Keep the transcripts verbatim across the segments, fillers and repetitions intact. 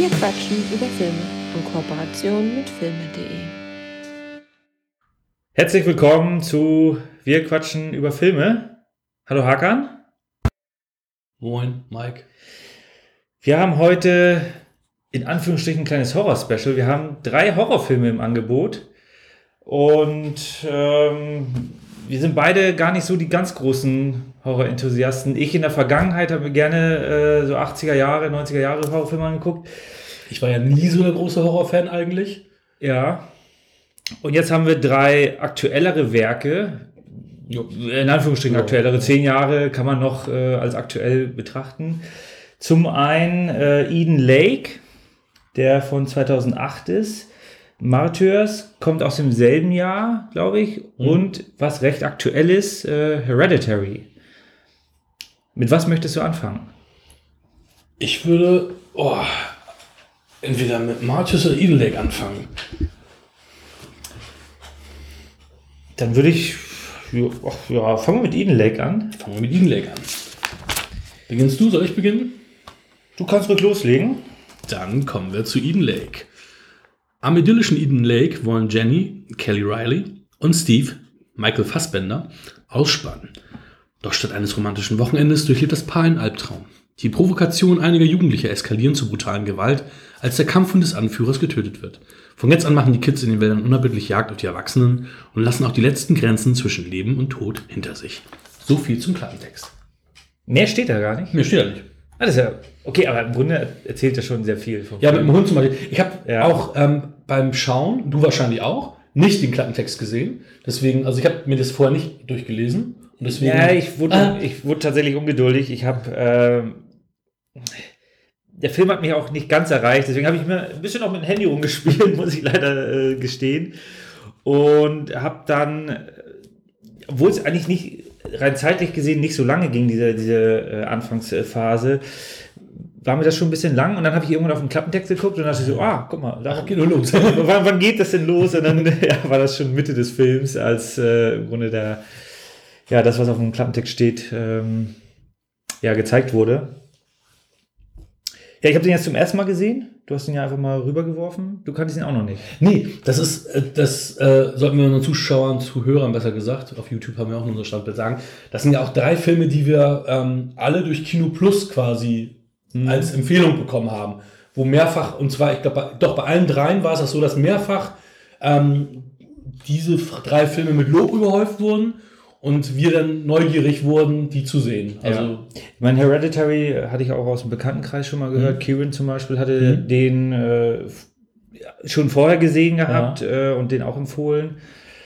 Wir quatschen über Filme in Kooperation mit filme punkt de. Herzlich willkommen zu Wir quatschen über Filme. Hallo Hakan. Moin, Mike. Wir haben heute in Anführungsstrichen ein kleines Horror-Special. Wir haben drei Horrorfilme im Angebot und ähm, wir sind beide gar nicht so die ganz großen Horror-Enthusiasten. Ich in der Vergangenheit habe mir gerne äh, so achtziger Jahre, neunziger Jahre Horrorfilme angeguckt. Ich war ja nie so der große Horrorfan eigentlich. Ja. Und jetzt haben wir drei aktuellere Werke. Jo. In Anführungsstrichen Jo. aktuellere. Zehn Jahre kann man noch äh, als aktuell betrachten. Zum einen äh, Eden Lake, der von zweitausendacht ist. Martyrs kommt aus demselben Jahr, glaube ich. Mhm. Und was recht aktuell ist, äh, Hereditary. Mit was möchtest du anfangen? Ich würde oh, entweder mit Martyrs oder Eden Lake anfangen. Dann würde ich, ach, ja, fangen wir mit Eden Lake an. Fangen wir mit Eden Lake an. Beginnst du? Soll ich beginnen? Du kannst ruhig loslegen. Dann kommen wir zu Eden Lake. Am idyllischen Eden Lake wollen Jenny, Kelly Reilly und Steve, Michael Fassbender, ausspannen. Doch statt eines romantischen Wochenendes durchlebt das Paar einen Albtraum. Die Provokationen einiger Jugendlicher eskalieren zu brutalen Gewalt, als der Kampfhund des Anführers getötet wird. Von jetzt an machen die Kids in den Wäldern unerbittlich Jagd auf die Erwachsenen und lassen auch die letzten Grenzen zwischen Leben und Tod hinter sich. So viel zum Klappentext. Mehr steht da gar nicht. Mehr steht da nicht. Ah, das ist ja okay, aber im Grunde erzählt er schon sehr viel. Vom ja, Film. mit dem Hund zum Beispiel. Ich habe ja. auch ähm, beim Schauen, du wahrscheinlich auch, nicht den Klappentext gesehen. Deswegen, also ich habe mir das vorher nicht durchgelesen. Und deswegen, ja, ich wurde, ah. ich wurde tatsächlich ungeduldig. Ich habe, ähm, der Film hat mich auch nicht ganz erreicht. Deswegen habe ich mir ein bisschen auch mit dem Handy rumgespielt, muss ich leider äh, gestehen. Und habe dann, obwohl es eigentlich nicht rein zeitlich gesehen nicht so lange ging, diese, diese äh, Anfangsphase, war mir das schon ein bisschen lang. Und dann habe ich irgendwann auf den Klappentext geguckt und dachte so, ah, guck mal, da geht nur los. wann, wann geht das denn los? Und dann ja, war das schon Mitte des Films, als äh, im Grunde der, ja, das, was auf dem Klappentext steht, ähm, ja, gezeigt wurde. Ja, ich habe den jetzt zum ersten Mal gesehen. Du hast ihn ja einfach mal rübergeworfen. Du kanntest ihn auch noch nicht. Nee, das ist, das äh, sollten wir unseren Zuschauern, Zuhörern besser gesagt, auf YouTube haben wir auch in unserem Standbild sagen, das sind ja auch drei Filme, die wir ähm, alle durch Kino Plus quasi mhm. als Empfehlung bekommen haben. Wo mehrfach, und zwar, ich glaube, doch bei allen dreien war es auch so, dass mehrfach ähm, diese drei Filme mit Lob überhäuft wurden. Und wir dann neugierig wurden, die zu sehen. Also ja. Ich meine, Hereditary hatte ich auch aus dem Bekanntenkreis schon mal gehört. Mhm. Kieran zum Beispiel hatte mhm. den äh, schon vorher gesehen gehabt ja. äh, und den auch empfohlen.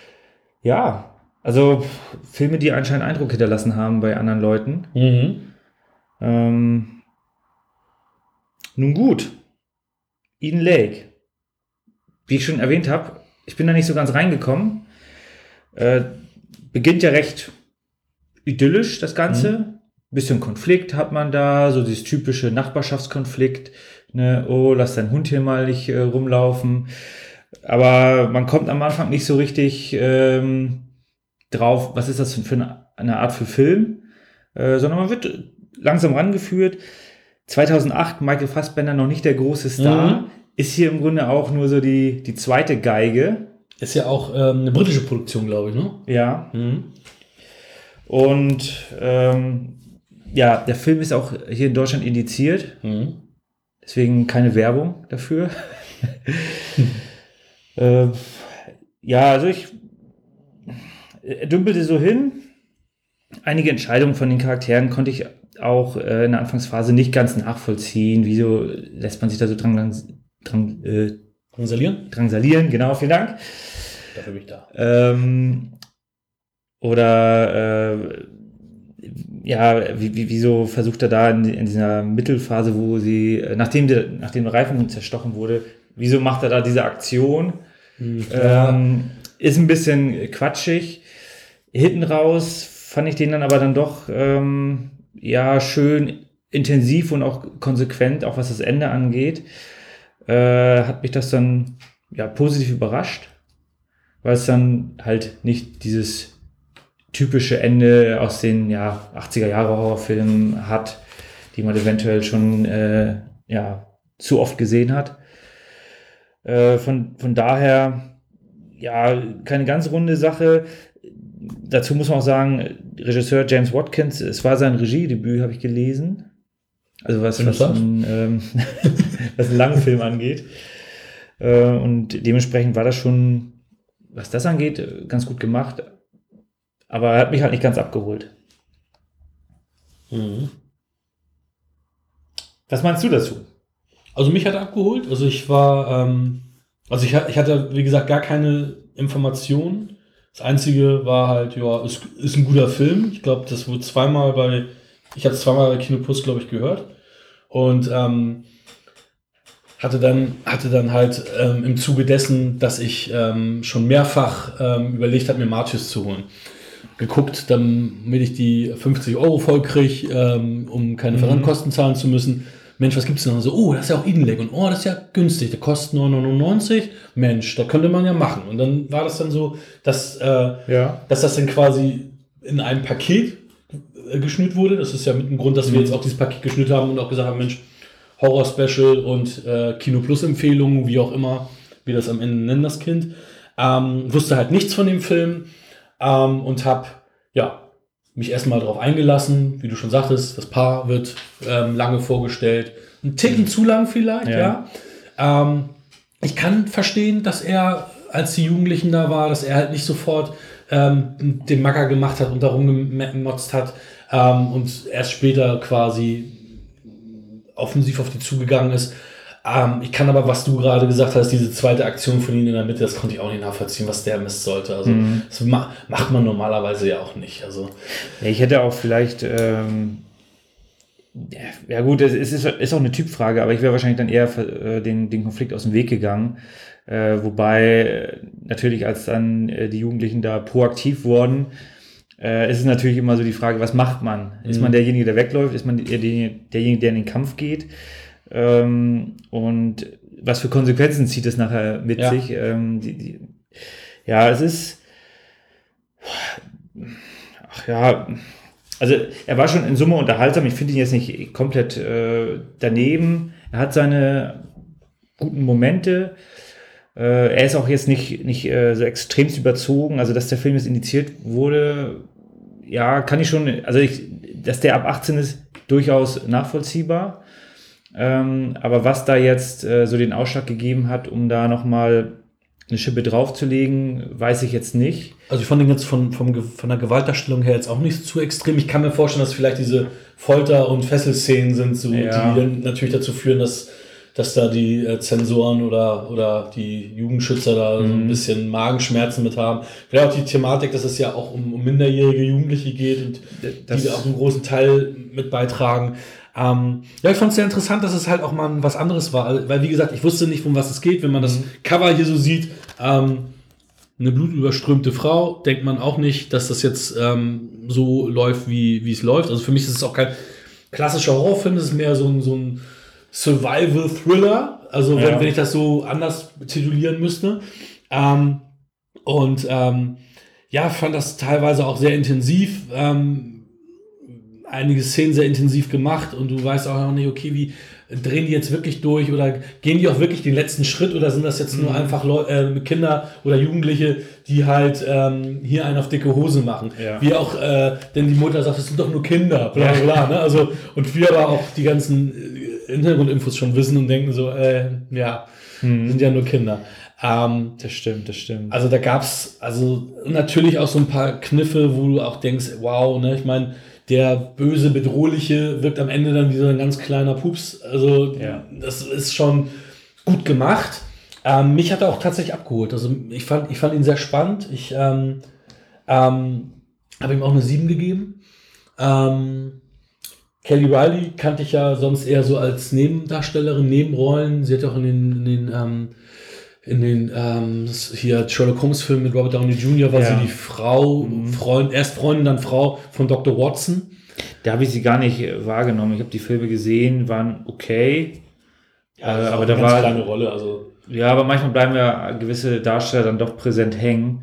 Ja, also Filme, die anscheinend Eindruck hinterlassen haben bei anderen Leuten. Mhm. Ähm, nun gut. Eden Lake. Wie ich schon erwähnt habe, ich bin da nicht so ganz reingekommen. Äh, Beginnt ja recht idyllisch, das Ganze. Mhm. Bisschen Konflikt hat man da, so dieses typische Nachbarschaftskonflikt. Ne? Oh, lass deinen Hund hier mal nicht äh, rumlaufen. Aber man kommt am Anfang nicht so richtig ähm, drauf, was ist das für eine, eine Art für Film, äh, sondern man wird langsam rangeführt. zweitausendacht, Michael Fassbender noch nicht der große Star, mhm. ist hier im Grunde auch nur so die, die zweite Geige. Ist ja auch ähm, eine britische Produktion, glaube ich, ne? Ja. Mhm. Und ähm, ja, der Film ist auch hier in Deutschland indiziert. Mhm. Deswegen keine Werbung dafür. äh, ja, also ich er dümpelte so hin. Einige Entscheidungen von den Charakteren konnte ich auch äh, in der Anfangsphase nicht ganz nachvollziehen. Wieso lässt man sich da so dran, dran äh, Drangsalieren? Drangsalieren, genau, vielen Dank. Dafür bin ich da. Ähm, oder äh, ja, wie, wie, wieso versucht er da in, in dieser Mittelphase, wo sie, nachdem der, nachdem der Reifen zerstochen wurde, wieso macht er da diese Aktion? Ja. Ähm, ist ein bisschen quatschig. Hinten raus fand ich den dann aber dann doch ähm, ja schön intensiv und auch konsequent, auch was das Ende angeht. Äh, hat mich das dann ja positiv überrascht, weil es dann halt nicht dieses typische Ende aus den ja, achtziger Jahre Horrorfilmen hat, die man eventuell schon äh, ja, zu oft gesehen hat. Äh, von, von daher, ja, keine ganz runde Sache. Dazu muss man auch sagen, Regisseur James Watkins, es war sein Regiedebüt, habe ich gelesen. Also was, was, einen, ähm, was einen langen Film angeht. Äh, und dementsprechend war das schon, was das angeht, ganz gut gemacht. Aber er hat mich halt nicht ganz abgeholt. Mhm. Was meinst du dazu? Also mich hat er abgeholt. Also ich war, ähm, also ich, ich hatte, wie gesagt, gar keine Informationen. Das Einzige war halt, ja, es ist ein guter Film. Ich glaube, das wurde zweimal bei, ich habe es zweimal bei Kino Plus, glaube ich, gehört. Und ähm, hatte dann, hatte dann halt ähm, im Zuge dessen, dass ich ähm, schon mehrfach ähm, überlegt habe, mir Martyrs zu holen. Geguckt, damit ich die fünfzig Euro voll kriege, ähm, um keine Versandkosten zahlen zu müssen. Mensch, was gibt's denn noch so? Oh, das ist ja auch Eden Lake. Und oh, das ist ja günstig. Der kostet neun neunundneunzig. Mensch, da könnte man ja machen. Und dann war das dann so, dass, äh, Ja. dass das dann quasi in einem Paket äh, geschnürt wurde. Das ist ja mit dem Grund, dass wir jetzt auch dieses Paket geschnürt haben und auch gesagt haben, Mensch, Horror-Special und äh, Kino-Plus-Empfehlungen, wie auch immer wir das am Ende nennen, das Kind. Ähm, wusste halt nichts von dem Film. Ähm, und habe ja, mich erstmal darauf eingelassen, wie du schon sagtest, das Paar wird ähm, lange vorgestellt. Ein Ticken zu lang vielleicht, ja. ja. Ähm, ich kann verstehen, dass er, als die Jugendlichen da war, dass er halt nicht sofort ähm, den Macker gemacht hat und darum gemotzt hat ähm, und erst später quasi offensiv auf die zugegangen ist. Ähm, ich kann aber, was du gerade gesagt hast, diese zweite Aktion von ihm in der Mitte, das konnte ich auch nicht nachvollziehen, was der Mist sollte. Also mhm. das ma- macht man normalerweise ja auch nicht. Also ja, ich hätte auch vielleicht, ähm, ja gut, es ist, ist auch eine Typfrage, aber ich wäre wahrscheinlich dann eher für, äh, den, den Konflikt aus dem Weg gegangen. Äh, wobei äh, natürlich, als dann äh, die Jugendlichen da proaktiv wurden, äh, ist es natürlich immer so die Frage, was macht man? Mhm. Ist man derjenige, der wegläuft? Ist man derjenige, derjenige der in den Kampf geht? Ähm, und was für Konsequenzen zieht es nachher mit ja. sich? Ähm, die, die, ja, es ist, ach ja, also er war schon in Summe unterhaltsam. Ich finde ihn jetzt nicht komplett äh, daneben. Er hat seine guten Momente. Äh, er ist auch jetzt nicht, nicht äh, so extremst überzogen. Also, dass der Film jetzt indiziert wurde, ja, kann ich schon, also ich, dass der ab achtzehn ist, durchaus nachvollziehbar. Ähm, aber was da jetzt äh, so den Ausschlag gegeben hat, um da nochmal eine Schippe draufzulegen, weiß ich jetzt nicht. Also ich fand den jetzt von, vom, von der Gewaltdarstellung her jetzt auch nicht zu extrem. Ich kann mir vorstellen, dass vielleicht diese Folter- und Fesselszenen sind, so, ja. die dann natürlich dazu führen, dass, dass da die äh, Zensoren oder, oder die Jugendschützer da mhm. so ein bisschen Magenschmerzen mit haben. Vielleicht auch die Thematik, dass es ja auch um, um minderjährige Jugendliche geht und das die da auch einen großen Teil mit beitragen. Ähm, ja, ich fand es sehr interessant, dass es halt auch mal was anderes war, weil wie gesagt, ich wusste nicht, um was es geht. Wenn man das Cover hier so sieht, ähm, eine blutüberströmte Frau, denkt man auch nicht, dass das jetzt ähm, so läuft, wie wie es läuft. Also für mich ist es auch kein klassischer Horrorfilm, es ist mehr so ein, so ein Survival-Thriller, also wenn, ja. wenn ich das so anders titulieren müsste. Ähm, und ähm, ja, fand das teilweise auch sehr intensiv, ähm, einige Szenen sehr intensiv gemacht und du weißt auch noch nicht, okay, wie drehen die jetzt wirklich durch oder gehen die auch wirklich den letzten Schritt oder sind das jetzt nur mhm. einfach Leu- äh, Kinder oder Jugendliche, die halt ähm, hier einen auf dicke Hose machen. Ja. Wie auch, äh, denn die Mutter sagt, das sind doch nur Kinder, bla bla bla. Ne? Also, und wir aber auch die ganzen Hintergrundinfos schon wissen und denken so, äh, ja, mhm. sind ja nur Kinder. Ähm, das stimmt, das stimmt. Also da gab's also natürlich auch so ein paar Kniffe, wo du auch denkst, wow, ne, ich meine, der böse, bedrohliche wirkt am Ende dann wie so ein ganz kleiner Pups. Also ja. das ist schon gut gemacht. Ähm, mich hat er auch tatsächlich abgeholt. Also ich fand, ich fand ihn sehr spannend. Ich ähm, ähm, habe ihm auch eine sieben gegeben. Ähm, Kelly Reilly kannte ich ja sonst eher so als Nebendarstellerin, Nebenrollen. Sie hat auch in den, in den ähm, in den ähm, hier Sherlock Holmes Film mit Robert Downey Junior war ja. sie die Frau, mhm. Freund, erst Freundin, dann Frau von Doktor Watson. Da habe ich sie gar nicht wahrgenommen. Ich habe die Filme gesehen, waren okay. Ja, äh, aber eine da ganz war kleine Rolle. Also ja, aber manchmal bleiben ja gewisse Darsteller dann doch präsent hängen.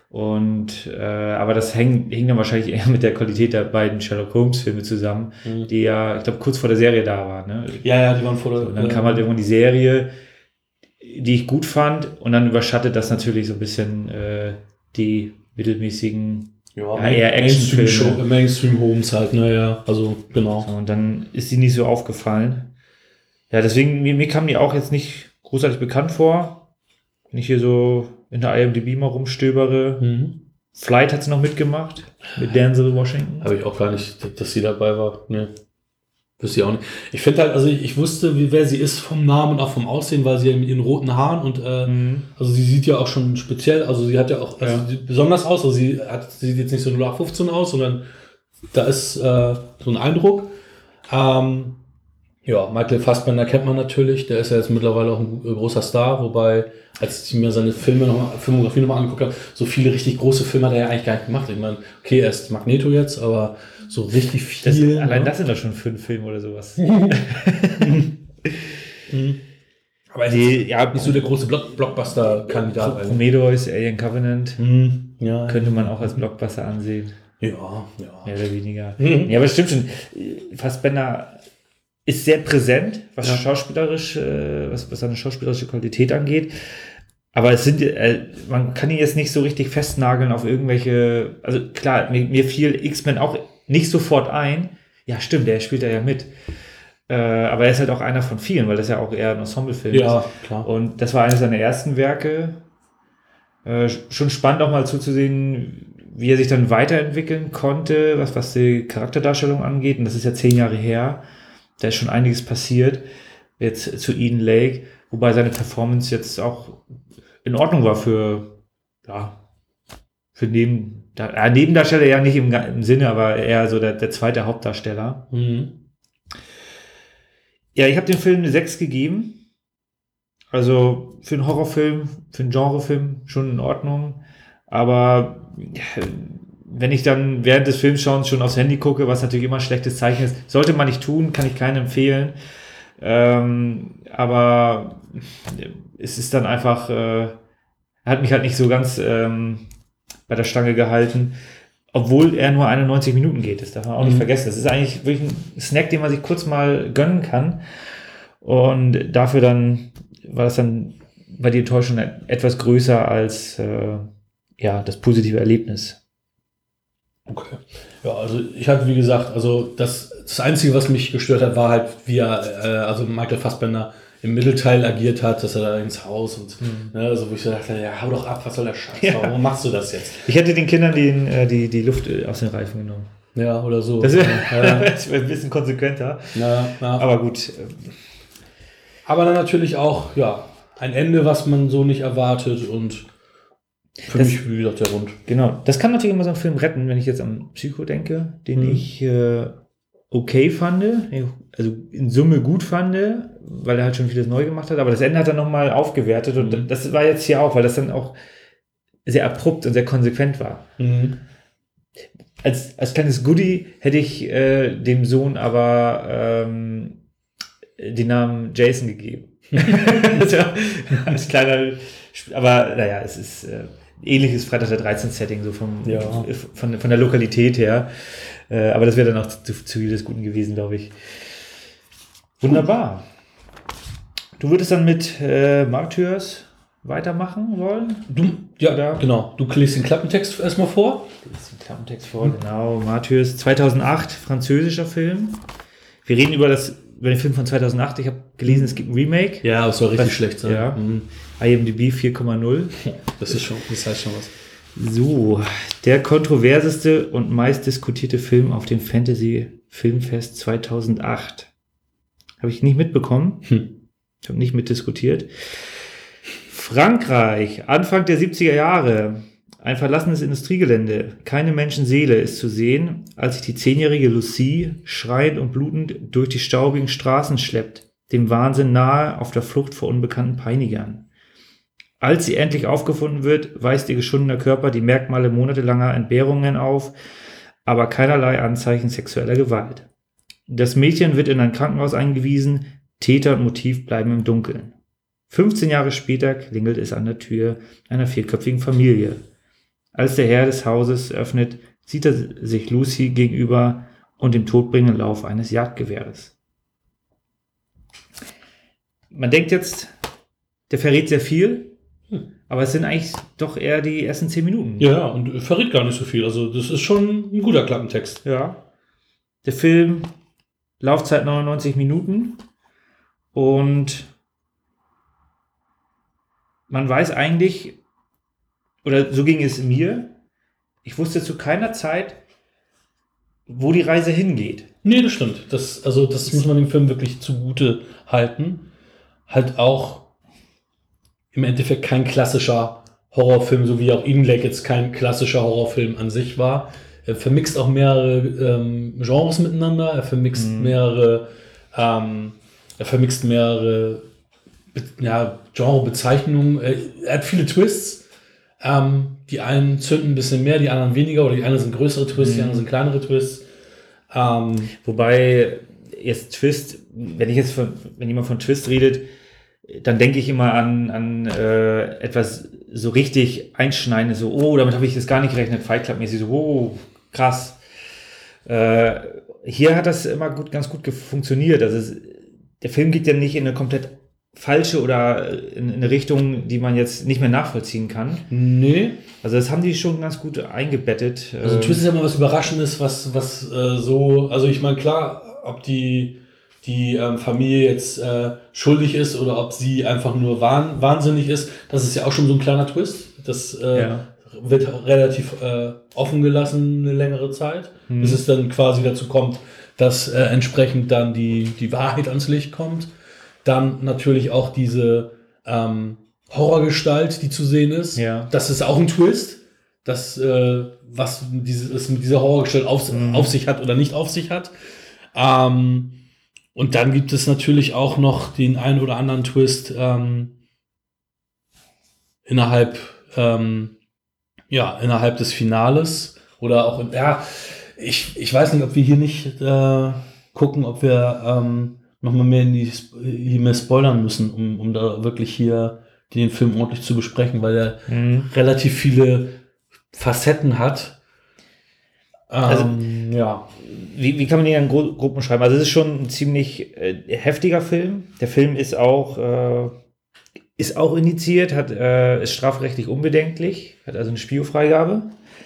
Und äh, aber das hängt, hing dann wahrscheinlich eher mit der Qualität der beiden Sherlock Holmes-Filme zusammen, mhm. die ja, ich glaube, kurz vor der Serie da waren. Ne? Ja, ja, die waren vor der so, und dann kam halt irgendwann die Serie, die ich gut fand, und dann überschattet das natürlich so ein bisschen äh, die mittelmäßigen, ja, ja, eher Actionfilme. Mainstream Holmes halt, naja, also genau. So, und dann ist die nicht so aufgefallen. Ja, deswegen, mir, mir kam die auch jetzt nicht großartig bekannt vor. Wenn ich hier so in der I M D B mal rumstöbere. Mhm. Flight hat sie noch mitgemacht, mit Denzel Washington. Habe ich auch gar nicht, dass sie dabei war. Ne. Wüsste ich auch nicht. Ich finde halt, also ich, ich wusste, wie, wer sie ist vom Namen und auch vom Aussehen, weil sie ja mit ihren roten Haaren und äh, mhm. also sie sieht ja auch schon speziell, also sie hat ja auch also ja. besonders aus, also sie hat, sie sieht jetzt nicht so null acht fünfzehn aus, sondern da ist äh, so ein Eindruck. Ähm, ja, Michael Fassbender kennt man natürlich, der ist ja jetzt mittlerweile auch ein großer Star, wobei, als ich mir seine Filme noch mal, Filmografie nochmal angeguckt habe, so viele richtig große Filme hat er ja eigentlich gar nicht gemacht. Ich meine, okay, er ist Magneto jetzt, aber so richtig viel. Das, ne? Allein das sind doch schon fünf Filme oder sowas. Aber die, ja, nicht so der große Block- Blockbuster-Kandidat. Prometheus, Alien Covenant, mhm. ja, könnte man auch als Blockbuster ansehen. Ja, ja. Mehr oder weniger. Mhm. Ja, aber es stimmt schon. Fassbender ist sehr präsent, was ja. schauspielerisch, äh, was, was seine schauspielerische Qualität angeht. Aber es sind, äh, man kann ihn jetzt nicht so richtig festnageln auf irgendwelche, also klar, mir, mir fiel X-Men auch nicht sofort ein. Ja, stimmt, der spielt da ja mit. Äh, aber er ist halt auch einer von vielen, weil das ja auch eher ein Ensemblefilm ja, ist. Klar. Und das war eines seiner ersten Werke. Äh, schon spannend auch mal zuzusehen, wie er sich dann weiterentwickeln konnte, was, was die Charakterdarstellung angeht. Und das ist ja zehn Jahre her. Da ist schon einiges passiert, jetzt zu Eden Lake, wobei seine Performance jetzt auch in Ordnung war für, ja, für Neben, äh, Nebendarsteller ja nicht im, im Sinne, aber eher so der, der zweite Hauptdarsteller. Mhm. Ja, ich habe dem Film eine sechs gegeben. Also für einen Horrorfilm, für einen Genrefilm schon in Ordnung. Aber wenn ich dann während des Filmschauens schon aufs Handy gucke, was natürlich immer ein schlechtes Zeichen ist, sollte man nicht tun, kann ich keinen empfehlen. Ähm, aber es ist dann einfach, äh, hat mich halt nicht so ganz ähm, bei der Stange gehalten, obwohl er nur einundneunzig Minuten geht. Das darf man auch mhm. nicht vergessen. Das ist eigentlich wirklich ein Snack, den man sich kurz mal gönnen kann. Und dafür dann war das dann bei die Enttäuschung etwas größer als äh, ja, das positive Erlebnis. Okay. Ja, also ich hatte, wie gesagt, also das, das Einzige, was mich gestört hat, war halt, wie er, äh, also Michael Fassbender im Mittelteil agiert hat, dass er da ins Haus und, mhm. ne, also wo ich so dachte, ja, hau doch ab, was soll der Scheiß, ja. Warum machst du das jetzt? Ich hätte den Kindern die, die, die Luft aus den Reifen genommen. Ja, oder so. Das wäre ja. wär ein bisschen konsequenter. Ja, ja. Aber gut. Aber dann natürlich auch, ja, ein Ende, was man so nicht erwartet und für das, mich, wie gesagt, der Rund. Genau, das kann natürlich immer so einen Film retten, wenn ich jetzt an Psycho denke, den mhm. ich äh, okay fand, also in Summe gut fand, weil er halt schon vieles neu gemacht hat, aber das Ende hat er nochmal aufgewertet und mhm. das war jetzt hier auch, weil das dann auch sehr abrupt und sehr konsequent war. Mhm. Als, als kleines Goodie hätte ich äh, dem Sohn aber ähm, den Namen Jason gegeben. Also, als kleiner, aber naja, es ist äh, ähnliches Freitag der dreizehnte Setting, so vom, ja. von, von der Lokalität her. Äh, aber das wäre dann auch zu, zu viel des Guten gewesen, glaube ich. Wunderbar. Du würdest dann mit äh, Martyrs weitermachen wollen? Du, ja, Oder? Genau. Du liest den Klappentext erstmal vor. Ich lese den Klappentext vor, hm. genau. Martyrs, zweitausendacht, französischer Film. Wir reden über das über den Film von zweitausendacht. Ich habe gelesen, es gibt ein Remake. Ja, das soll richtig was, schlecht sein. Ja. Mhm. I M D B vier Komma null. Das ist schon, das heißt schon was. So, der kontroverseste und meistdiskutierte Film auf dem Fantasy Filmfest zweitausendacht. Habe ich nicht mitbekommen. Hm. Ich habe nicht mitdiskutiert. Frankreich, Anfang der siebziger Jahre. Ein verlassenes Industriegelände. Keine Menschenseele ist zu sehen, als sich die zehnjährige Lucie schreiend und blutend durch die staubigen Straßen schleppt, dem Wahnsinn nahe auf der Flucht vor unbekannten Peinigern. Als sie endlich aufgefunden wird, weist ihr geschundener Körper die Merkmale monatelanger Entbehrungen auf, aber keinerlei Anzeichen sexueller Gewalt. Das Mädchen wird in ein Krankenhaus eingewiesen, Täter und Motiv bleiben im Dunkeln. fünfzehn Jahre später klingelt es an der Tür einer vierköpfigen Familie. Als der Herr des Hauses öffnet, sieht er sich Lucy gegenüber und dem todbringenden Lauf eines Jagdgewehres. Man denkt jetzt, der verrät sehr viel, hm. aber es sind eigentlich doch eher die ersten zehn Minuten. Ja, und verrät gar nicht so viel. Also das ist schon ein guter Klappentext. Ja. Der Film, Laufzeit neunundneunzig Minuten und man weiß eigentlich, oder so ging es mir, ich wusste zu keiner Zeit, wo die Reise hingeht. Nee, das stimmt. Das, also das muss man dem Film wirklich zugute halten. Halt auch im Endeffekt kein klassischer Horrorfilm, so wie auch Eden Lake jetzt kein klassischer Horrorfilm an sich war. Er vermixt auch mehrere ähm, Genres miteinander, er vermixt mhm. mehrere ähm, er vermixt mehrere ja, Genrebezeichnungen. Er, er hat viele Twists. Ähm, die einen zünden ein bisschen mehr, die anderen weniger, oder die einen sind größere Twists, mhm. die anderen sind kleinere Twists. Ähm, Wobei jetzt Twist, wenn ich jetzt von, wenn jemand von Twist redet, dann denke ich immer an, an äh, etwas so richtig Einschneidendes, so, oh, damit habe ich jetzt gar nicht gerechnet, Fight Club-mäßig, so, oh, krass. Äh, hier hat das immer gut, ganz gut funktioniert. Also es, der Film geht ja nicht in eine komplett falsche oder in, in eine Richtung, die man jetzt nicht mehr nachvollziehen kann. Nee. Also das haben die schon ganz gut eingebettet. Also Twist ist ja immer was Überraschendes, was, was äh, so, also ich meine, klar, ob die die ähm, Familie jetzt äh, schuldig ist oder ob sie einfach nur wahn, wahnsinnig ist, das ist ja auch schon so ein kleiner Twist. Das äh, ja. wird relativ äh, offen gelassen eine längere Zeit, mhm. bis es dann quasi dazu kommt, dass äh, entsprechend dann die, die Wahrheit ans Licht kommt. Dann natürlich auch diese ähm, Horrorgestalt, die zu sehen ist. Ja. Das ist auch ein Twist, das, äh, was dieses, es mit dieser Horrorgestalt auf, mhm. auf sich hat oder nicht auf sich hat. Ähm, Und dann gibt es natürlich auch noch den einen oder anderen Twist ähm, innerhalb, ähm, ja, innerhalb des Finales oder auch, in, ja, ich, ich weiß nicht, ob wir hier nicht äh, gucken, ob wir ähm, nochmal mehr in die hier mehr spoilern müssen, um, um da wirklich hier den Film ordentlich zu besprechen, weil er mhm. relativ viele Facetten hat. Also, ähm, ja. Wie, wie kann man ihn dann gro- grob beschreiben? Also es ist schon ein ziemlich äh, heftiger Film. Der Film ist auch, äh, ist auch indiziert, hat, äh, ist strafrechtlich unbedenklich, hat also eine Spielfreigabe,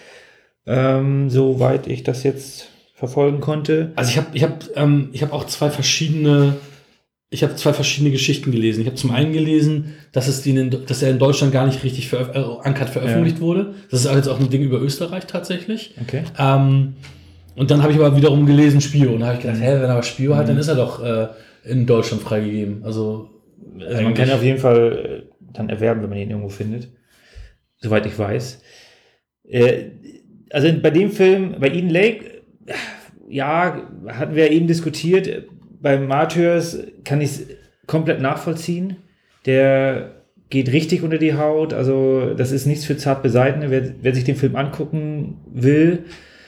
ähm, soweit ich das jetzt verfolgen konnte. Also ich habe ich hab, ähm, ich hab auch zwei verschiedene Ich habe zwei verschiedene Geschichten gelesen. Ich habe zum einen gelesen, dass es den in, dass er in Deutschland gar nicht richtig veröf- äh, uncut veröffentlicht ja. wurde. Das ist jetzt auch ein Ding über Österreich tatsächlich. Okay. Ähm, und dann habe ich aber wiederum gelesen Spio. Und da habe ich gedacht, hä, wenn er aber Spio mhm. hat, dann ist er doch äh, in Deutschland freigegeben. Also, also man kann ihn auf jeden Fall dann erwerben, wenn man ihn irgendwo findet. Soweit ich weiß. Äh, also bei dem Film, bei Eden Lake, ja, hatten wir eben diskutiert. Beim Martyrs kann ich es komplett nachvollziehen. Der geht richtig unter die Haut. Also das ist nichts für Zartbeseitene. Wer, wer sich den Film angucken will,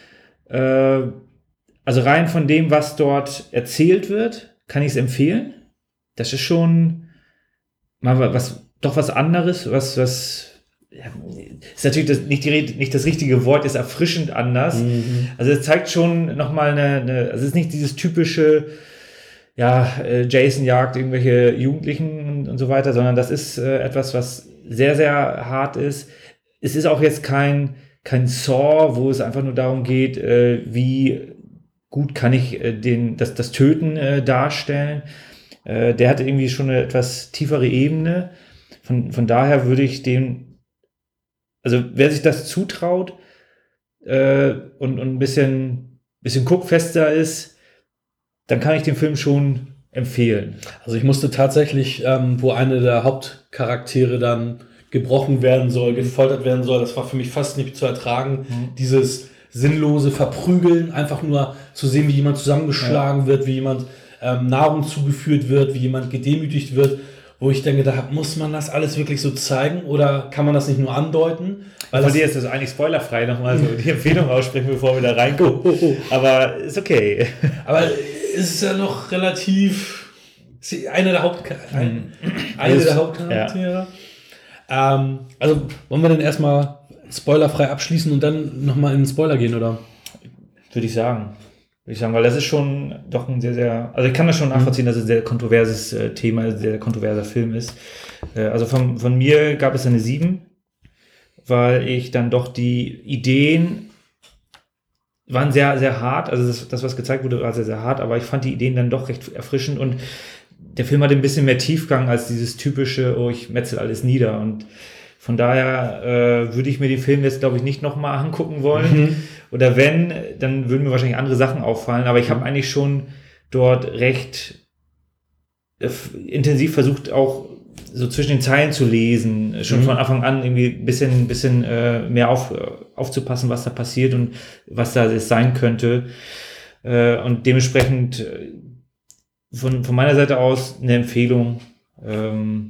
äh, also rein von dem, was dort erzählt wird, kann ich es empfehlen. Das ist schon mal was, doch was anderes, was, was ja, ist natürlich das, nicht, die, nicht das richtige Wort, ist erfrischend anders. Mhm. Also es zeigt schon nochmal eine, eine, also es ist nicht dieses typische, ja, Jason jagt irgendwelche Jugendlichen und, und so weiter, sondern das ist äh, etwas, was sehr, sehr hart ist. Es ist auch jetzt kein, kein Saw, wo es einfach nur darum geht, äh, wie gut kann ich äh, den, das, das Töten äh, darstellen. Äh, der hat irgendwie schon eine etwas tiefere Ebene. Von, von daher würde ich den, also wer sich das zutraut äh, und, und ein bisschen, bisschen guckfester ist, dann kann ich den Film schon empfehlen. Also ich musste tatsächlich, ähm, wo eine der Hauptcharaktere dann gebrochen werden soll, gefoltert werden soll, das war für mich fast nicht zu ertragen, mhm. dieses sinnlose Verprügeln, einfach nur zu sehen, wie jemand zusammengeschlagen ja. wird, wie jemand ähm, Nahrung zugeführt wird, wie jemand gedemütigt wird, wo ich dann gedacht habe, muss man das alles wirklich so zeigen oder kann man das nicht nur andeuten? Weil von dir ist das eigentlich spoilerfrei nochmal so die Empfehlung aussprechen, bevor wir da reingucken. Aber ist okay. Aber es ist ja noch relativ einer der, Haupt, ein, eine der Hauptcharaktere. Ja. Ähm, also wollen wir denn erstmal spoilerfrei abschließen und dann nochmal in den Spoiler gehen, oder? Würde ich sagen. Würde ich sagen, weil das ist schon doch ein sehr, sehr, also ich kann das schon nachvollziehen, dass es ein sehr kontroverses äh, Thema, ein sehr kontroverser Film ist. Äh, also von, von mir gab es eine sieben, weil ich dann doch die Ideen waren sehr, sehr hart. Also das, das, was gezeigt wurde, war sehr, sehr hart, aber ich fand die Ideen dann doch recht erfrischend und der Film hatte ein bisschen mehr Tiefgang als dieses typische, oh, ich metzel alles nieder. Und von daher äh, würde ich mir den Film jetzt, glaube ich, nicht nochmal angucken wollen. Mhm. Oder wenn, dann würden mir wahrscheinlich andere Sachen auffallen. Aber ich habe eigentlich schon dort recht äh, intensiv versucht, auch so zwischen den Zeilen zu lesen. Schon mhm. von Anfang an irgendwie ein bisschen, bisschen äh, mehr auf, aufzupassen, was da passiert und was da jetzt sein könnte. Äh, und dementsprechend äh, von, von meiner Seite aus eine Empfehlung. Ähm,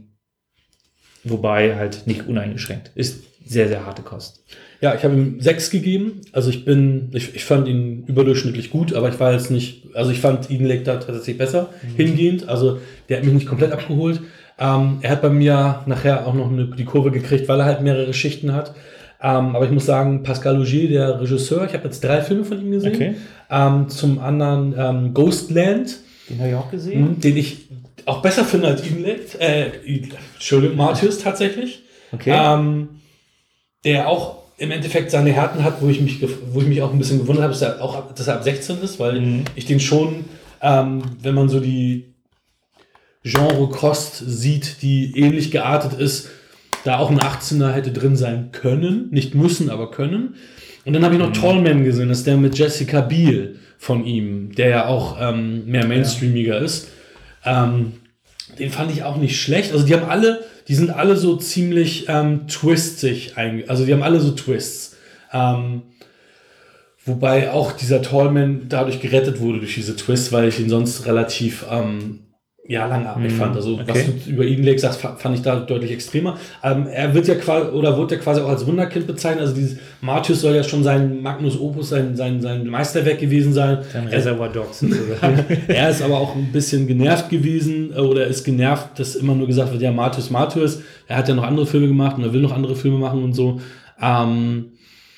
Wobei halt nicht uneingeschränkt. Ist sehr, sehr harte Kost. Ja, ich habe ihm sechs gegeben. Also ich bin, ich, ich fand ihn überdurchschnittlich gut, aber ich war jetzt nicht, also ich fand Eden Lake da tatsächlich besser mhm. hingehend. Also der hat mich nicht komplett abgeholt. Ähm, er hat bei mir nachher auch noch eine, die Kurve gekriegt, weil er halt mehrere Schichten hat. Ähm, aber ich muss sagen, Pascal Augier, der Regisseur, ich habe jetzt drei Filme von ihm gesehen. Okay. Ähm, zum anderen ähm, Ghostland. Den habe ich auch gesehen. Den ich auch besser finde als Eden Lake. Äh, Entschuldigung, Martyrs tatsächlich. Okay. Ähm, der auch im Endeffekt seine Härten hat, wo ich mich, wo ich mich auch ein bisschen gewundert habe, dass er auch ab, dass er ab sechzehn ist, weil mhm. ich den schon, ähm, wenn man so die Genre-Kost sieht, die ähnlich geartet ist, da auch ein achtzehner hätte drin sein können. Nicht müssen, aber können. Und dann habe ich noch mhm. Tallman gesehen, das ist der mit Jessica Biel von ihm, der ja auch ähm, mehr mainstreamiger ja. ist. Ähm, den fand ich auch nicht schlecht. Also die haben alle, die sind alle so ziemlich ähm, twistig, also die haben alle so Twists. Ähm, wobei auch dieser Tallman dadurch gerettet wurde durch diese Twists, weil ich ihn sonst relativ ähm, ja, langatmig mm, fand. Also okay. was du über Eden Lake sagst, fand ich da deutlich extremer. Ähm, er wird ja quasi, oder wird ja quasi auch als Wunderkind bezeichnet. Also dieses Martyrs soll ja schon sein Magnus Opus, sein, sein, sein Meisterwerk gewesen sein. Sein Reservoir Dogs sozusagen. Er ist aber auch ein bisschen genervt gewesen, oder ist genervt, dass immer nur gesagt wird, ja, Martyrs, Martyrs. Er hat ja noch andere Filme gemacht und er will noch andere Filme machen und so. Ähm,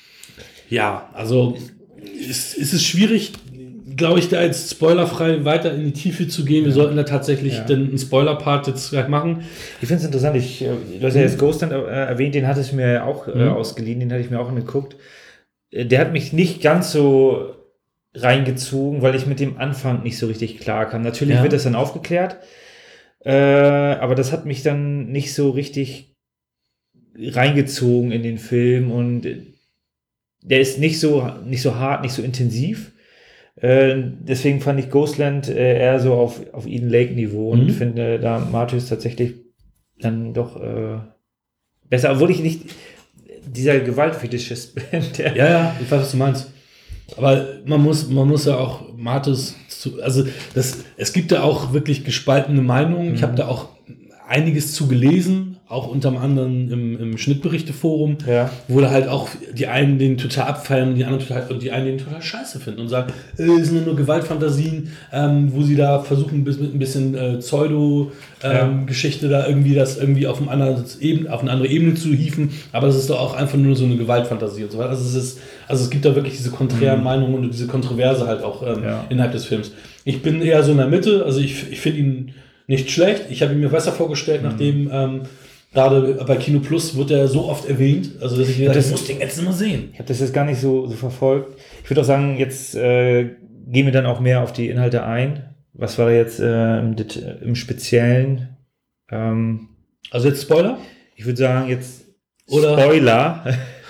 ja, also ist, ist es schwierig, glaube ich, da jetzt spoilerfrei weiter in die Tiefe zu gehen. Wir ja. sollten da tatsächlich ja. den einen Spoiler-Part jetzt gleich machen. Ich finde es interessant. Ich, du hast ja jetzt Ghostland äh, erwähnt, den hattest du mir auch äh, mhm. ausgeliehen, den hatte ich mir auch angeguckt. Der hat mich nicht ganz so reingezogen, weil ich mit dem Anfang nicht so richtig klar kam. Natürlich ja. wird das dann aufgeklärt, äh, aber das hat mich dann nicht so richtig reingezogen in den Film und der ist nicht so, nicht so hart, nicht so intensiv. Äh, deswegen fand ich Ghostland äh, eher so auf, auf Eden Lake Niveau und mhm. finde da Martyrs tatsächlich dann doch äh, besser, obwohl ich nicht dieser Gewaltfetischist bin. Der ja, ja, ich weiß, was du meinst. Aber man muss, man muss ja auch Martyrs zu, also das, es gibt da auch wirklich gespaltene Meinungen. Mhm. Ich habe da auch einiges zu gelesen, auch unter anderem im, im Schnittberichteforum, ja. wo da halt auch die einen den total abfeiern und die anderen total, und die einen den total scheiße finden und sagen, äh, es sind nur Gewaltfantasien, ähm, wo sie da versuchen, bis mit ein bisschen äh, Pseudo-Geschichte ähm, ja. da irgendwie das irgendwie auf, ein anderes Ebene, auf eine andere Ebene zu hieven, aber das ist doch auch einfach nur so eine Gewaltfantasie und so weiter. Also es ist, also es gibt da wirklich diese konträren mhm. Meinungen und diese Kontroverse halt auch ähm, ja. innerhalb des Films. Ich bin eher so in der Mitte, also ich, ich finde ihn nicht schlecht. Ich habe ihn mir besser vorgestellt, mhm. nachdem ähm, gerade bei Kino Plus wird er so oft erwähnt, also dass ich gesagt, ich muss den jetzt immer sehen. Ich habe das jetzt gar nicht so, so verfolgt. Ich würde auch sagen, jetzt äh, gehen wir dann auch mehr auf die Inhalte ein. Was war da jetzt äh, im, im Speziellen? Ähm, also jetzt Spoiler? Ich würde sagen, jetzt Oder Spoiler.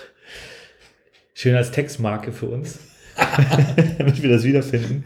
Schön als Textmarke für uns. Damit wir das wiederfinden.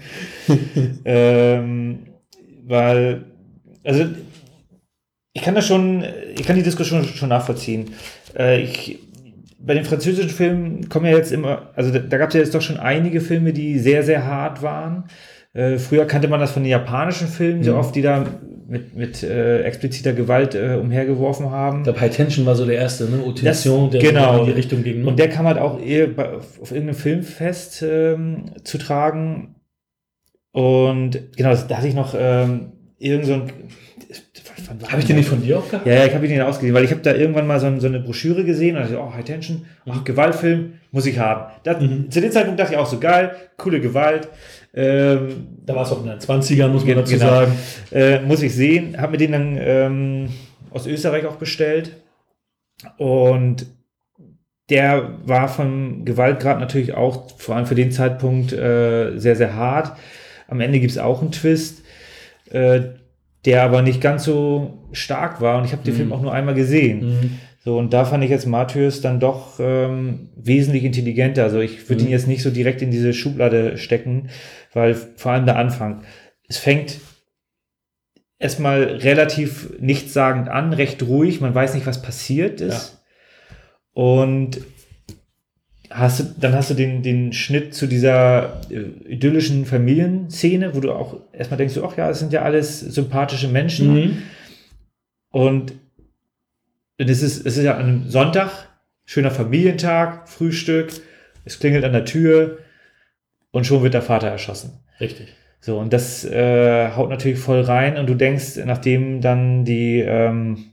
ähm, weil Also, ich kann das schon, ich kann die Diskussion schon nachvollziehen. Äh, ich, bei den französischen Filmen kommen ja jetzt immer, also da, da gab es ja jetzt doch schon einige Filme, die sehr, sehr hart waren. Äh, früher kannte man das von den japanischen Filmen mhm. so oft, die da mit, mit äh, expliziter Gewalt äh, umhergeworfen haben. Ich glaube, High Tension war so der erste, ne? Otension, der genau. in die Richtung ging. Ne? Und der kam halt auch eher bei, auf irgendeinem Filmfest ähm, zu tragen. Und genau, da hatte ich noch ähm, irgend so ein Habe ich den nicht von dir auch gehabt? Ja, ja, ich habe ihn nicht ausgeliehen, weil ich habe da irgendwann mal so, so eine Broschüre gesehen und dachte, oh, High Tension, ach, Gewaltfilm, muss ich haben. Das, Mhm. Zu dem Zeitpunkt dachte ich auch so, geil, coole Gewalt. Ähm, Da war es auch in den zwanzigern, muss man dazu genau. sagen. Äh, muss ich sehen. Habe mir den dann ähm, aus Österreich auch bestellt. Und der war vom Gewaltgrad natürlich auch, vor allem für den Zeitpunkt, äh, sehr, sehr hart. Am Ende gibt es auch einen Twist, äh, der aber nicht ganz so stark war. Und ich habe den Mhm. Film auch nur einmal gesehen. Mhm. So, und da fand ich jetzt Martyrs dann doch ähm, wesentlich intelligenter. Also ich würde Mhm. ihn jetzt nicht so direkt in diese Schublade stecken, weil vor allem der Anfang, es fängt erstmal relativ nichtssagend an, recht ruhig, man weiß nicht, was passiert ist. Ja. Und hast du, dann hast du den, den Schnitt zu dieser äh, idyllischen Familienszene, wo du auch erstmal denkst, ach ja, es sind ja alles sympathische Menschen. Mhm. Und es ist, es ist ja ein Sonntag, schöner Familientag, Frühstück, es klingelt an der Tür und schon wird der Vater erschossen. Richtig. So, und das äh, haut natürlich voll rein und du denkst, nachdem dann die ähm,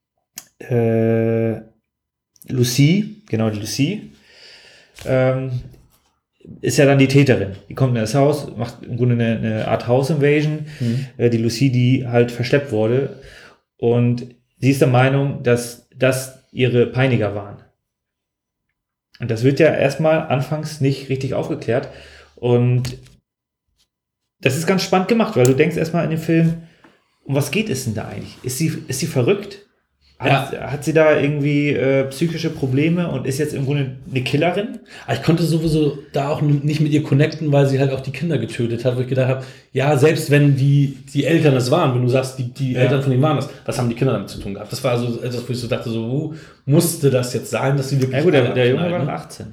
äh, Lucy, genau die Lucy, ähm, ist ja dann die Täterin. Die kommt in das Haus, macht im Grunde eine, eine Art House-Invasion. Mhm. Äh, die Lucy, die halt verschleppt wurde. Und sie ist der Meinung, dass das ihre Peiniger waren. Und das wird ja erstmal anfangs nicht richtig aufgeklärt. Und das ist ganz spannend gemacht, weil du denkst erstmal in dem Film, um was geht es denn da eigentlich? Ist sie, ist sie verrückt? Hat, ja. hat sie da irgendwie äh, psychische Probleme und ist jetzt im Grunde eine Killerin? Aber ich konnte sowieso da auch nicht mit ihr connecten, weil sie halt auch die Kinder getötet hat, wo ich gedacht habe, ja, selbst wenn die, die Eltern es waren, wenn du sagst, die, die ja. Eltern von ihm waren das, was haben die Kinder damit zu tun gehabt? Das war so etwas, wo ich so dachte, so, wo musste das jetzt sein, dass sie wirklich... Ja gut, der, der Junge war noch achtzehn.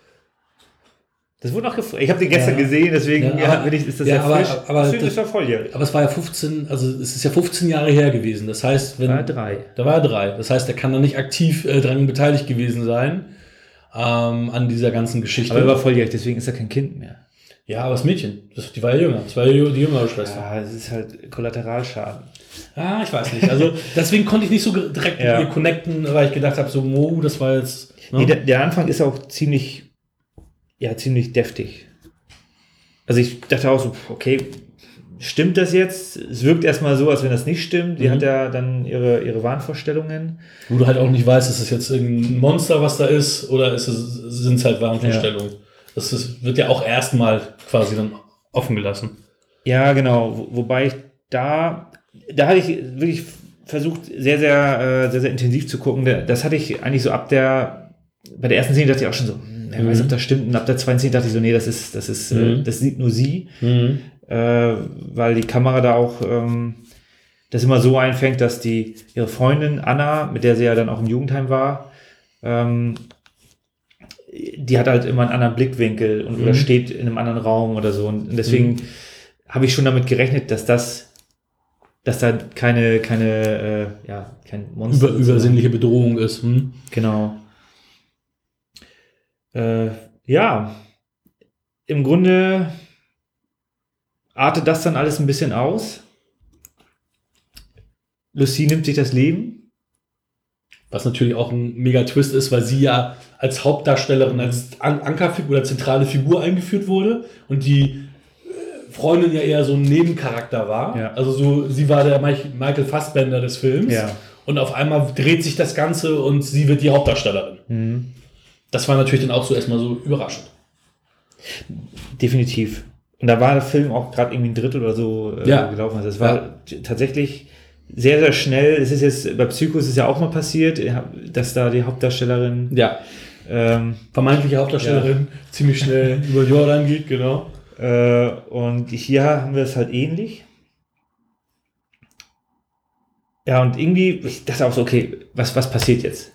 Das wurde noch gefragt. Ich habe den gestern ja. gesehen, deswegen ja, aber, ja, ich, ist das ja, ja aber, frisch. Aber, aber, das ist ja volljährig. Aber es war ja fünfzehn, also es ist ja fünfzehn Jahre her gewesen. Das heißt, wenn... Da war er drei. Da war er drei. Das heißt, er kann da nicht aktiv äh, dran beteiligt gewesen sein ähm, an dieser ganzen Geschichte. Aber er war volljährig, deswegen ist er kein Kind mehr. Ja, aber das Mädchen, das, die war ja jünger. Das war ja die jüngere Schwester. Ja, das ist halt Kollateralschaden. Ah, ich weiß nicht. Also deswegen konnte ich nicht so direkt ja. mit ihr connecten, weil ich gedacht habe, so, wow, das war jetzt... Ne? Nee, der, der Anfang ist auch ziemlich, ja, ziemlich deftig. Also ich dachte auch so, okay, stimmt das jetzt? Es wirkt erstmal so, als wenn das nicht stimmt. Die mhm. hat ja dann ihre, ihre Wahnvorstellungen. Wo du halt auch nicht weißt, ist es jetzt irgendein Monster, was da ist, oder sind es halt Wahnvorstellungen? Ja. Das ist, wird ja auch erstmal quasi dann offen gelassen. Ja, genau. Wo, wobei ich da, da hatte ich wirklich versucht, sehr, sehr, äh, sehr, sehr intensiv zu gucken. Das hatte ich eigentlich so ab der, bei der ersten Szene dachte ich auch schon so, wer mhm. weiß, ob das stimmt. Und ab der zweiten Szene dachte ich so, nee, das ist, das ist, mhm. äh, das sieht nur sie. Mhm. Äh, weil die Kamera da auch ähm, das immer so einfängt, dass die ihre Freundin Anna, mit der sie ja dann auch im Jugendheim war, ähm, die hat halt immer einen anderen Blickwinkel und mhm. oder steht in einem anderen Raum oder so. Und deswegen mhm. habe ich schon damit gerechnet, dass das, dass da keine, keine, äh, ja, kein Monster Über, übersinnliche Bedrohung ist. Hm? Genau. Äh, ja, im Grunde artet das dann alles ein bisschen aus. Lucy nimmt sich das Leben. Was natürlich auch ein mega Twist ist, weil sie ja als Hauptdarstellerin, als An- Ankerfigur oder zentrale Figur eingeführt wurde und die Freundin ja eher so ein Nebencharakter war. Ja. Also so, sie war der Michael Fassbender des Films. Ja. Und auf einmal dreht sich das Ganze und sie wird die Hauptdarstellerin. Mhm. Das war natürlich dann auch so erstmal so überraschend. Definitiv. Und da war der Film auch gerade irgendwie ein Drittel oder so äh, ja. gelaufen. Also es war ja. tatsächlich sehr, sehr schnell. Es ist jetzt, bei Psycho ist es ja auch mal passiert, dass da die Hauptdarstellerin, ja. ähm, vermeintliche Hauptdarstellerin, ja. ziemlich schnell über Jordan geht, genau. Äh, und hier haben wir es halt ähnlich. Ja, und irgendwie, ich dachte auch so, okay, was, was passiert jetzt?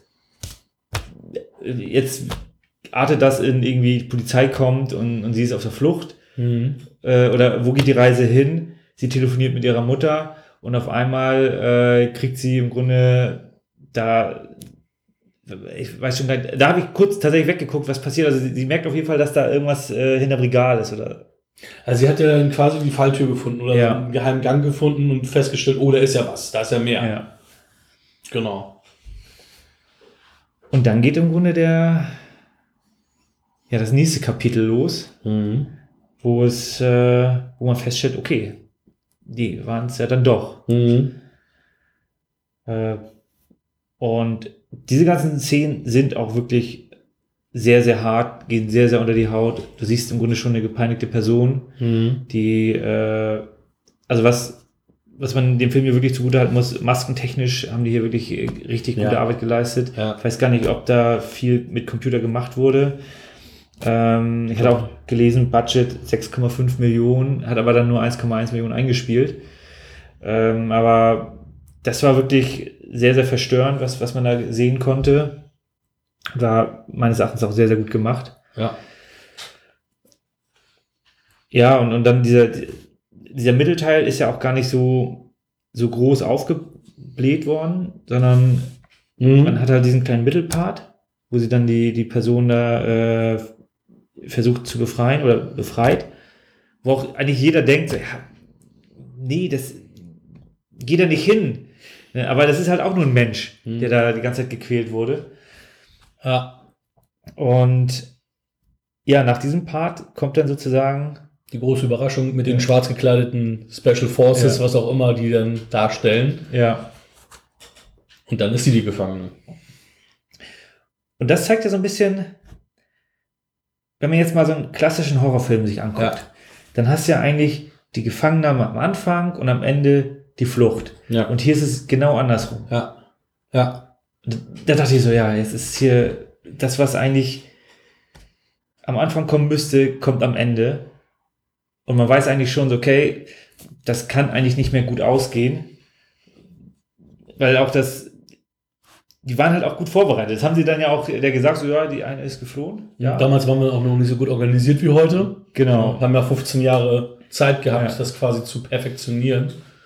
Jetzt artet das in irgendwie, die Polizei kommt und, und sie ist auf der Flucht. Mhm. Äh, oder wo geht die Reise hin? Sie telefoniert mit ihrer Mutter und auf einmal äh, kriegt sie im Grunde da, ich weiß schon gar nicht, da habe ich kurz tatsächlich weggeguckt, was passiert. Also sie, sie merkt auf jeden Fall, dass da irgendwas äh, hinterm Regal ist, oder? Also sie hat ja dann quasi die Falltür gefunden oder Ja. einen geheimen Gang gefunden und festgestellt, oh, da ist ja was, da ist ja mehr. Ja. Genau. Und dann geht im Grunde der, ja, das nächste Kapitel los, Mhm. wo es, äh, wo man feststellt, okay, die waren es ja dann doch. Mhm. Äh, und diese ganzen Szenen sind auch wirklich sehr, sehr hart, gehen sehr, sehr unter die Haut. Du siehst im Grunde schon eine gepeinigte Person, Mhm. die, äh, also was, was man dem Film hier wirklich zugutehalten muss, maskentechnisch haben die hier wirklich äh, richtig gute Ja. Arbeit geleistet. Ja. Ich weiß gar nicht, ob da viel mit Computer gemacht wurde. Ähm, ich hatte auch gelesen, Budget sechs Komma fünf Millionen, hat aber dann nur eins Komma eins Millionen eingespielt. Ähm, aber das war wirklich sehr, sehr verstörend, was, was man da sehen konnte. War meines Erachtens auch sehr, sehr gut gemacht. Ja. Ja, und, und dann dieser, dieser Mittelteil ist ja auch gar nicht so, so groß aufgebläht worden, sondern Mhm. man hat halt diesen kleinen Mittelpart, wo sie dann die, die Person da äh, versucht zu befreien oder befreit, wo auch eigentlich jeder denkt, so, ja, nee, das geht da nicht hin. Ne, aber das ist halt auch nur ein Mensch, Mhm. der da die ganze Zeit gequält wurde. Ja. Und ja, nach diesem Part kommt dann sozusagen, Die große Überraschung mit den schwarz gekleideten Special Forces, Ja. was auch immer die dann darstellen. ja, Und dann ist sie die Gefangene. und das zeigt ja so ein bisschen, wenn man jetzt mal so einen klassischen Horrorfilm sich anguckt, Ja. dann hast du ja eigentlich die Gefangennahme am Anfang und am Ende die Flucht. Ja. Und hier ist es genau andersrum. Ja. Ja. Und da dachte ich so, ja, jetzt ist hier das, was eigentlich am Anfang kommen müsste, kommt am Ende. Und man weiß eigentlich schon so, okay, das kann eigentlich nicht mehr gut ausgehen. Weil auch das, die waren halt auch gut vorbereitet. Das haben sie dann ja auch der gesagt, so, ja, die eine ist geflohen. Ja, Damals waren wir auch noch nicht so gut organisiert wie heute. genau. Wir haben ja fünfzehn Jahre Zeit gehabt, Ja. das quasi zu perfektionieren.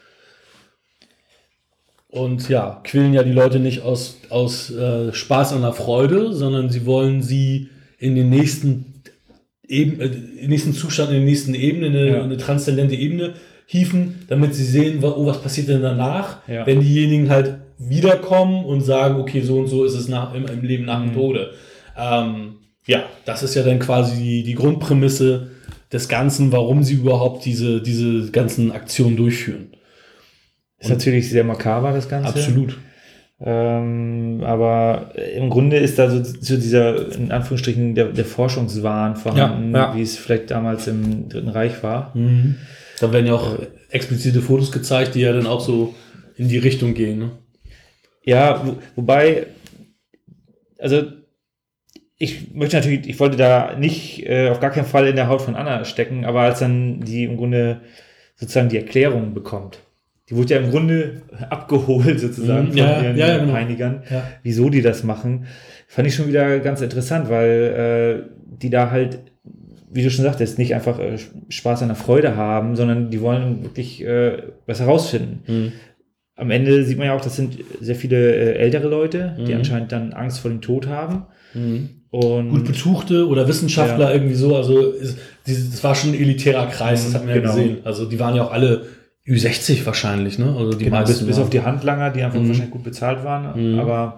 Und ja, quälen ja die Leute nicht aus, aus äh, Spaß an der Freude, sondern sie wollen sie in den nächsten, Eben, äh, in den nächsten Zustand, in den nächsten Ebene, in eine, Ja. eine transzendente Ebene hieven, damit sie sehen, wa- oh, was passiert denn danach, Ja. wenn diejenigen halt wiederkommen und sagen, okay, so und so ist es nach, im, im Leben nach dem Mhm. Tode. Ähm, ja, das ist ja dann quasi die, die Grundprämisse des Ganzen, warum sie überhaupt diese, diese ganzen Aktionen durchführen. Ist natürlich sehr makaber, das Ganze. Absolut. Ähm, aber im Grunde ist da so, so dieser, in Anführungsstrichen, der, der Forschungswahn vorhanden, Ja, ja. wie es vielleicht damals im Dritten Reich war. Mhm. Da werden ja auch explizite Fotos gezeigt, die ja dann auch so in die Richtung gehen. Ne? Ja, wo, wobei, also ich möchte natürlich, ich wollte da nicht äh, auf gar keinen Fall in der Haut von Anna stecken, aber als dann die im Grunde sozusagen die Erklärung bekommt, die wurde ja im Grunde abgeholt sozusagen Mhm, von ja, ihren ja, ja, genau. Peinigern, Ja. wieso die das machen, fand ich schon wieder ganz interessant, weil äh, die da halt, wie du schon sagtest, nicht einfach äh, Spaß an der Freude haben, sondern die wollen wirklich äh, was herausfinden. Mhm. Am Ende sieht man ja auch, das sind sehr viele äh, ältere Leute, die Mhm. anscheinend dann Angst vor dem Tod haben. Mhm. Und Gut Betuchte oder Wissenschaftler Ja. irgendwie so, also ist, dieses- das war schon ein elitärer Kreis, das hat man Genau. ja gesehen. Also die waren ja auch alle Ü sechzig wahrscheinlich, ne? Also die genau, bis, meisten bis waren- auf die Handlanger, die einfach Mhm. wahrscheinlich gut bezahlt waren. Mhm. Aber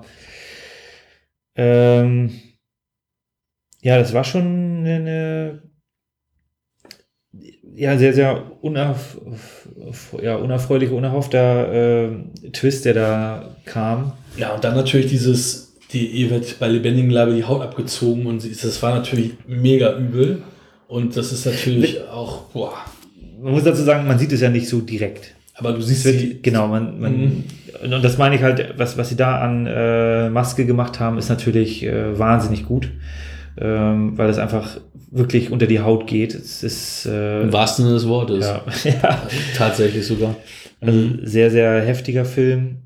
ähm, ja, das war schon eine ja, sehr, sehr unerf ja, unerfreulicher, unerhoffter äh, Twist, der da kam. Ja, und dann natürlich dieses, die, ihr wird bei lebendigem Leibe die Haut abgezogen und sie- das war natürlich mega übel. Und das ist natürlich auch, boah. Man muss dazu sagen, man sieht es ja nicht so direkt. Aber du siehst Es wird, sie, genau, man, man Mhm. und, und das meine ich halt, was, was sie da an äh, Maske gemacht haben, ist natürlich äh, wahnsinnig gut, ähm, weil es einfach wirklich unter die Haut geht. Es ist äh, im wahrsten Sinne des Wortes. ja, ja, Tatsächlich sogar. also sehr, sehr heftiger Film.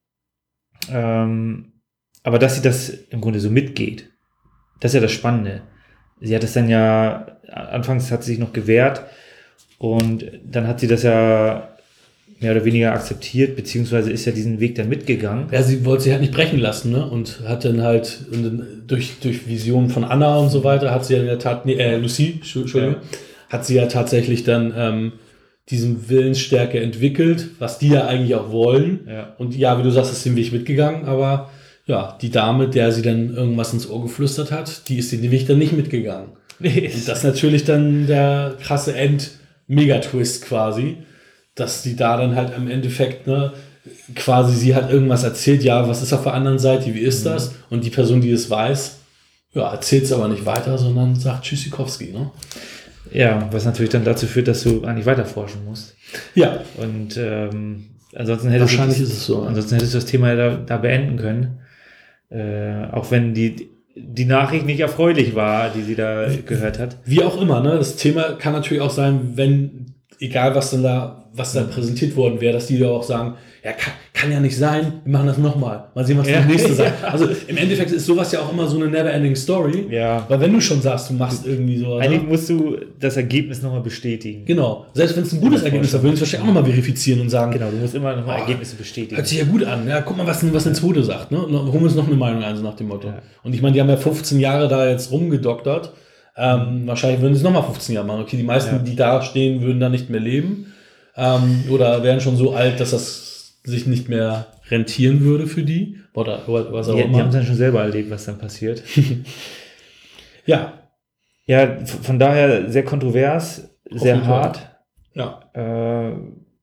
Ähm, aber dass sie das im Grunde so mitgeht, das ist ja das Spannende. Sie hat es dann ja, anfangs hat sie sich noch gewehrt und dann hat sie das ja mehr oder weniger akzeptiert, beziehungsweise ist ja diesen Weg dann mitgegangen. Ja, sie wollte sich halt nicht brechen lassen, ne? Und hat dann halt und dann durch, durch Visionen von Anna und so weiter, hat sie ja in der Tat, nee, äh, Lucy, Entschuldigung, hat sie ja tatsächlich dann ähm, diesen Willensstärke entwickelt, was die ja eigentlich auch wollen. Ja. Und ja, wie du sagst, ist den Weg mitgegangen, aber ja, die Dame, der sie dann irgendwas ins Ohr geflüstert hat, die ist den Weg dann nicht mitgegangen. Nee. Und das ist natürlich dann der krasse End-Megatwist quasi, dass die da dann halt im Endeffekt, ne, quasi sie hat irgendwas erzählt, ja, was ist auf der anderen Seite, wie ist das? Mhm. Und die Person, die es weiß, ja, erzählt es aber nicht weiter, sondern sagt Tschüssikowski, ne? Ja, was natürlich dann dazu führt, dass du eigentlich weiter forschen musst. Ja. Und ähm, ansonsten hättest Wahrscheinlich du, ist es so. Ansonsten hättest du das Thema da, da beenden können. Äh, auch wenn die, die Nachricht nicht erfreulich war, die sie da gehört hat. Wie auch immer, ne? Das Thema kann natürlich auch sein, wenn, egal was dann da, was da präsentiert worden wäre, dass die da auch sagen, ja, kann, kann ja nicht sein, wir machen das nochmal. Mal sehen, was ja. das nächste sagt. Also im Endeffekt ist sowas ja auch immer so eine never-ending Story. Ja. Weil wenn du schon sagst, du machst irgendwie so. Eigentlich musst du das Ergebnis nochmal bestätigen. Genau. Selbst wenn es ein gutes Ergebnis ist, würden sie wahrscheinlich auch nochmal verifizieren und sagen. Genau, du musst immer nochmal oh, Ergebnisse bestätigen. Hört sich ja gut an. Ja, guck mal, was, was ein Zweite sagt. Ne? Und dann holen wir uns noch eine Meinung ein, so nach dem Motto. Ja. Und ich meine, die haben ja fünfzehn Jahre da jetzt rumgedoktert. Ähm, mhm. Wahrscheinlich würden sie es nochmal fünfzehn Jahre machen. Okay, die meisten, ja. die da stehen, würden da nicht mehr leben. Ähm, oder wären schon so alt, dass das sich nicht mehr rentieren würde für die. Oder was auch die, immer. Die haben es dann schon selber erlebt, was dann passiert. Ja. Ja, von daher sehr kontrovers, sehr hart. Ja. Äh,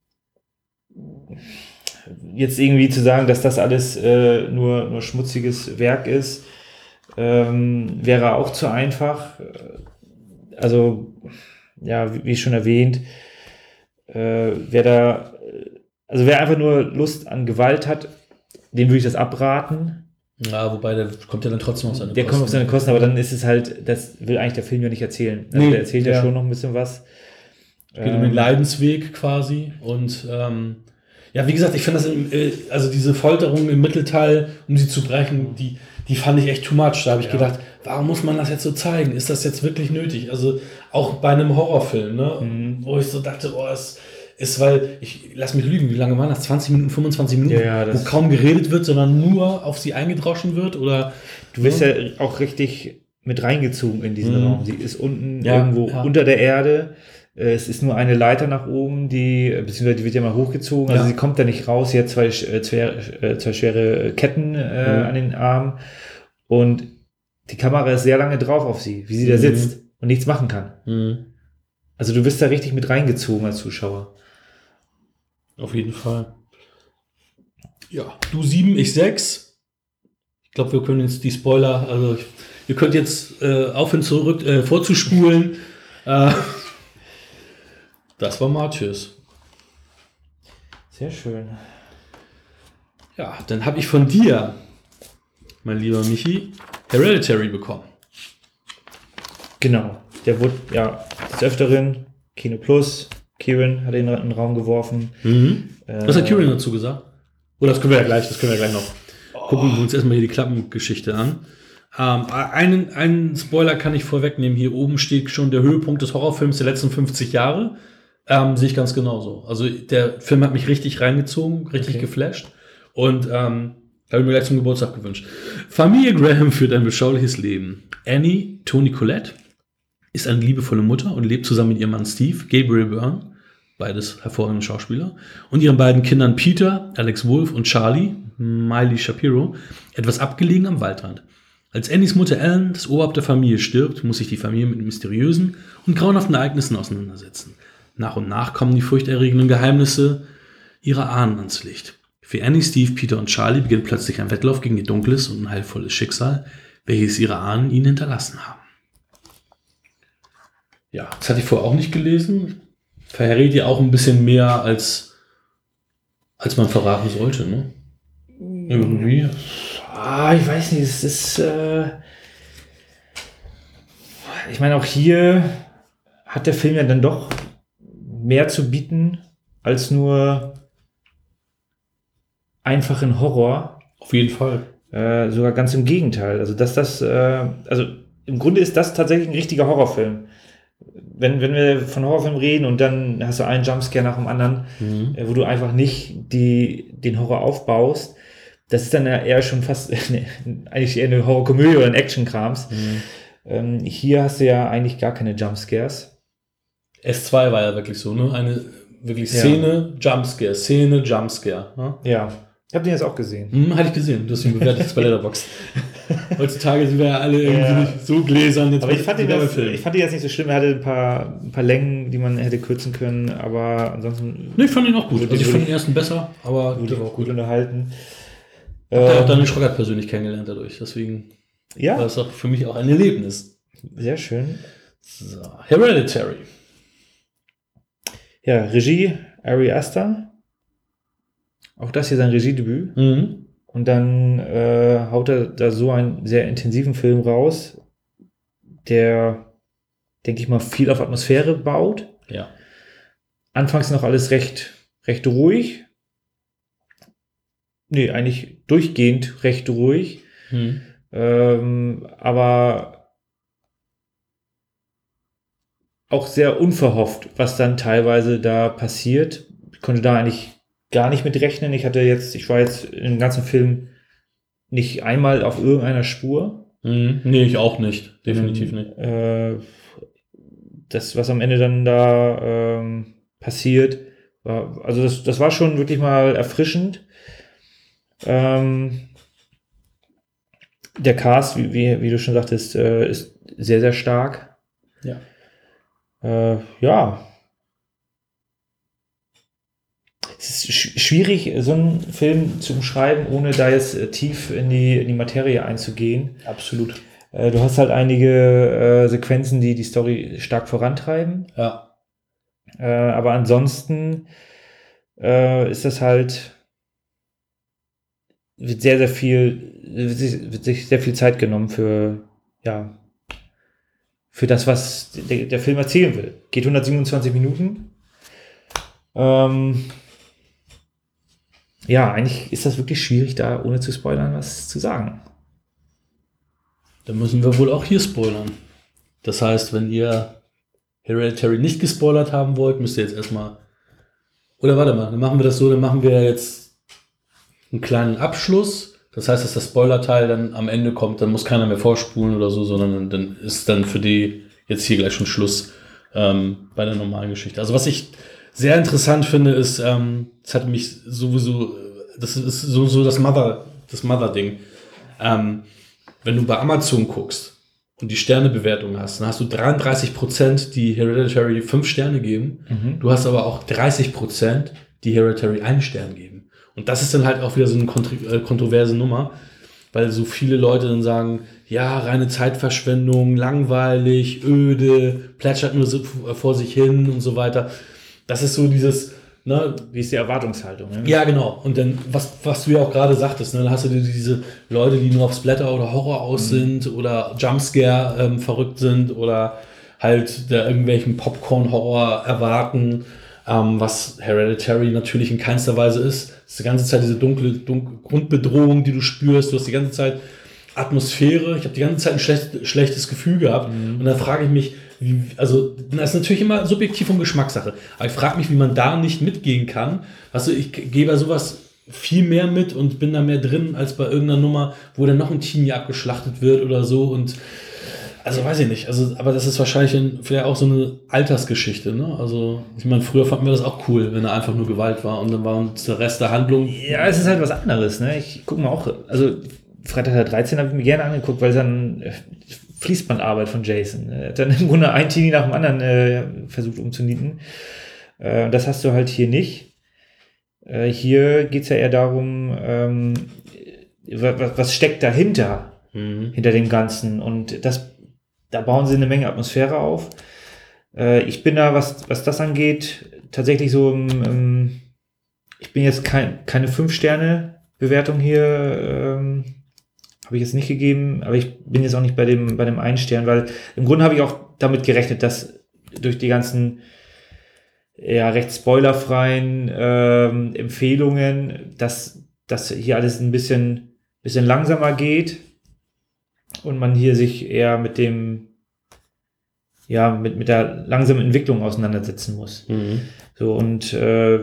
jetzt irgendwie zu sagen, dass das alles äh, nur, nur schmutziges Werk ist, ähm, wäre auch zu einfach. Also, ja, wie, wie schon erwähnt, äh, wer da, also wer einfach nur Lust an Gewalt hat, dem würde ich das abraten. Ja, wobei, der kommt ja dann trotzdem auf seine der Kosten. Der kommt auf seine Kosten, aber dann ist es halt, das will eigentlich der Film ja nicht erzählen. Also nee, der erzählt ja. ja schon noch ein bisschen was. Es geht ähm, um den Leidensweg quasi und ähm, ja, wie gesagt, ich finde das, im, äh, also diese Folterung im Mittelteil, um sie zu brechen, die, die fand ich echt too much. Da habe ich ja. gedacht, warum muss man das jetzt so zeigen? Ist das jetzt wirklich nötig? Also auch bei einem Horrorfilm, ne? Mhm. Wo ich so dachte, boah, es ist, weil, ich lass mich lügen, wie lange waren das? zwanzig Minuten, fünfundzwanzig Minuten, ja, ja, wo kaum geredet wird, sondern nur auf sie eingedroschen wird? Oder du wirst ja, ja auch richtig mit reingezogen in diesen mhm. Raum. Sie ist unten ja, irgendwo ja. unter der Erde. Es ist nur eine Leiter nach oben, die, beziehungsweise die wird ja mal hochgezogen, also ja. sie kommt da nicht raus, sie hat zwei, zwei, zwei schwere Ketten äh, mhm. an den Armen und die Kamera ist sehr lange drauf auf sie, wie sie mhm. da sitzt und nichts machen kann. Mhm. Also du bist da richtig mit reingezogen als Zuschauer. Auf jeden Fall. Ja, du sieben, ich sechs. Ich glaube, wir können jetzt die Spoiler, also ich, ihr könnt jetzt äh, aufhören, zurück, äh, vorzuspulen. äh, Das war Martyrs. Sehr schön. Ja, dann habe ich von dir, mein lieber Michi, Hereditary bekommen. Genau. Der wurde ja des Öfteren, Kino Plus, Kieran hat ihn in den Raum geworfen. Mhm. Äh, Was hat Kieran dazu gesagt? Oder das können wir ja gleich, das können wir ja gleich noch. Oh. Gucken wir uns erstmal hier die Klappengeschichte an. Ähm, einen, einen Spoiler kann ich vorwegnehmen. Hier oben steht schon der Höhepunkt des Horrorfilms der letzten fünfzig Jahre. Ähm, sehe ich ganz genauso. Also der Film hat mich richtig reingezogen, richtig okay. geflasht. Und ähm, habe ich mir gleich zum Geburtstag gewünscht. Familie Graham führt ein beschauliches Leben. Annie, Toni Collette, ist eine liebevolle Mutter und lebt zusammen mit ihrem Mann Steve, Gabriel Byrne, beides hervorragende Schauspieler, und ihren beiden Kindern Peter, Alex Wolff und Charlie, Miley Shapiro, etwas abgelegen am Waldrand. Als Annies Mutter Ellen, das Oberhaupt der Familie, stirbt, muss sich die Familie mit mysteriösen und grauenhaften Ereignissen auseinandersetzen. Nach und nach kommen die furchterregenden Geheimnisse ihrer Ahnen ans Licht. Für Annie, Steve, Peter und Charlie beginnt plötzlich ein Wettlauf gegen ihr dunkles und ein heilvolles Schicksal, welches ihre Ahnen ihnen hinterlassen haben. Ja, das hatte ich vorher auch nicht gelesen. Verrät ihr auch ein bisschen mehr, als, als man verraten sollte, ne? Irgendwie. Ah, ich weiß nicht, es ist, äh ich meine, auch hier hat der Film ja dann doch mehr zu bieten als nur einfachen Horror. Auf jeden Fall. Äh, sogar ganz im Gegenteil. Also, dass das, äh, also im Grunde ist das tatsächlich ein richtiger Horrorfilm. Wenn, wenn wir von Horrorfilmen reden und dann hast du einen Jumpscare nach dem anderen, mhm. äh, wo du einfach nicht die, den Horror aufbaust, das ist dann ja eher schon fast ne, eigentlich eher eine Horrorkomödie oder ein Action-Krams. Mhm. Ähm, hier hast du ja eigentlich gar keine Jumpscares. S zwei war ja wirklich so, ne? Eine wirklich Szene, ja. Jumpscare, Szene, Jumpscare. Ne? Ja. Ich habe den jetzt auch gesehen. Hm, hatte ich gesehen, deswegen bewerte ich das bei Letterboxd. Heutzutage sind wir ja alle irgendwie ja. nicht so gläsern. Jetzt aber ich fand, den das, ich fand den jetzt nicht so schlimm. Er hatte ein paar, ein paar Längen, die man hätte kürzen können, aber ansonsten... Nee, ich fand ihn auch gut. Also ich fand den ersten besser, aber gut, der war auch gut unterhalten. Ich habe ähm, auch Daniel Schrockert persönlich kennengelernt dadurch, deswegen ja. war das auch für mich auch ein Erlebnis. Sehr schön. So. Hereditary. Ja, Regie, Ari Aster. Auch das hier sein Regiedebüt. Mhm. Und dann äh, haut er da so einen sehr intensiven Film raus, der, denke ich mal, viel auf Atmosphäre baut. Ja. Anfangs noch alles recht, recht ruhig. Nee, eigentlich durchgehend recht ruhig. Mhm. Ähm, aber auch sehr unverhofft, was dann teilweise da passiert. Ich konnte da eigentlich gar nicht mit rechnen. Ich hatte jetzt, ich war jetzt im ganzen Film nicht einmal auf irgendeiner Spur. Mhm. Nee, ich auch nicht. Definitiv ähm, nicht. Äh, das, was am Ende dann da ähm, passiert, war, also das, das war schon wirklich mal erfrischend. Ähm, der Cast, wie, wie, wie du schon sagtest, äh, ist sehr, sehr stark. Ja. Äh, ja. Es ist sch- schwierig, so einen Film zu beschreiben, ohne da jetzt äh, tief in die, in die Materie einzugehen. Absolut. Äh, du hast halt einige äh, Sequenzen, die die Story stark vorantreiben. Ja. Äh, aber ansonsten äh, ist das halt, wird sehr, sehr viel, wird sich, wird sich sehr viel Zeit genommen für, ja, für das, was der, der Film erzählen will. Geht hundertsiebenundzwanzig Minuten. Ähm, ja, eigentlich ist das wirklich schwierig, da ohne zu spoilern was zu sagen. Dann müssen wir wohl auch hier spoilern. Das heißt, wenn ihr Hereditary nicht gespoilert haben wollt, müsst ihr jetzt erstmal... Oder warte mal, dann machen wir das so, dann machen wir jetzt einen kleinen Abschluss. Das heißt, dass der Spoiler-Teil dann am Ende kommt, dann muss keiner mehr vorspulen oder so, sondern dann ist dann für die jetzt hier gleich schon Schluss ähm, bei der normalen Geschichte. Also was ich sehr interessant finde, ist, ähm, das hat mich sowieso, das ist so, so das Mother, das Mother-Ding. Ähm, wenn du bei Amazon guckst und die Sternebewertung hast, dann hast du dreiunddreißig Prozent, die Hereditary fünf Sterne geben. Mhm. Du hast aber auch dreißig Prozent, die Hereditary einen Stern geben. Und das ist dann halt auch wieder so eine kontro- äh, kontroverse Nummer, weil so viele Leute dann sagen, ja, reine Zeitverschwendung, langweilig, öde, plätschert nur so vor sich hin und so weiter. Das ist so dieses, ne, wie ist die Erwartungshaltung? Ne? Ja, genau. Und dann, was, was du ja auch gerade sagtest, ne, dann hast du diese Leute, die nur auf Splatter oder Horror aus sind mhm. oder Jumpscare ähm, verrückt sind oder halt da irgendwelchen Popcorn-Horror erwarten, ähm, was Hereditary natürlich in keinster Weise ist. Es ist die ganze Zeit diese dunkle, dunkle Grundbedrohung, die du spürst. Du hast die ganze Zeit Atmosphäre. Ich habe die ganze Zeit ein schlecht, schlechtes Gefühl gehabt. Mhm. Und dann frage ich mich, wie, also das ist natürlich immer subjektiv und Geschmackssache. Aber ich frage mich, wie man da nicht mitgehen kann. Also ich gehe bei sowas viel mehr mit und bin da mehr drin als bei irgendeiner Nummer, wo dann noch ein Teenie abgeschlachtet wird oder so. Und also weiß ich nicht. Also, aber das ist wahrscheinlich ein, vielleicht auch so eine Altersgeschichte. Ne? Also ich meine, früher fanden wir das auch cool, wenn da einfach nur Gewalt war und dann war uns der Rest der Handlung. Ja, es ist halt was anderes. Ne? Ich gucke mal auch, also Freitag der dreizehnte habe ich mir gerne angeguckt, weil es dann Fließbandarbeit von Jason. Er hat dann im Grunde ein Teenie nach dem anderen äh, versucht umzunieten. Äh, das hast du halt hier nicht. Äh, hier geht es ja eher darum, ähm, was, was steckt dahinter, mhm. hinter dem Ganzen. Und das, da bauen sie eine Menge Atmosphäre auf. Äh, ich bin da, was, was das angeht, tatsächlich so im, im ich bin jetzt kein, keine fünf-Sterne-Bewertung hier, ähm, habe ich jetzt nicht gegeben, aber ich bin jetzt auch nicht bei dem, bei dem einen Stern, weil im Grunde habe ich auch damit gerechnet, dass durch die ganzen ja, recht spoilerfreien ähm, Empfehlungen, dass das hier alles ein bisschen, bisschen langsamer geht und man hier sich eher mit dem, ja, mit, mit der langsamen Entwicklung auseinandersetzen muss. Mhm. So, und äh,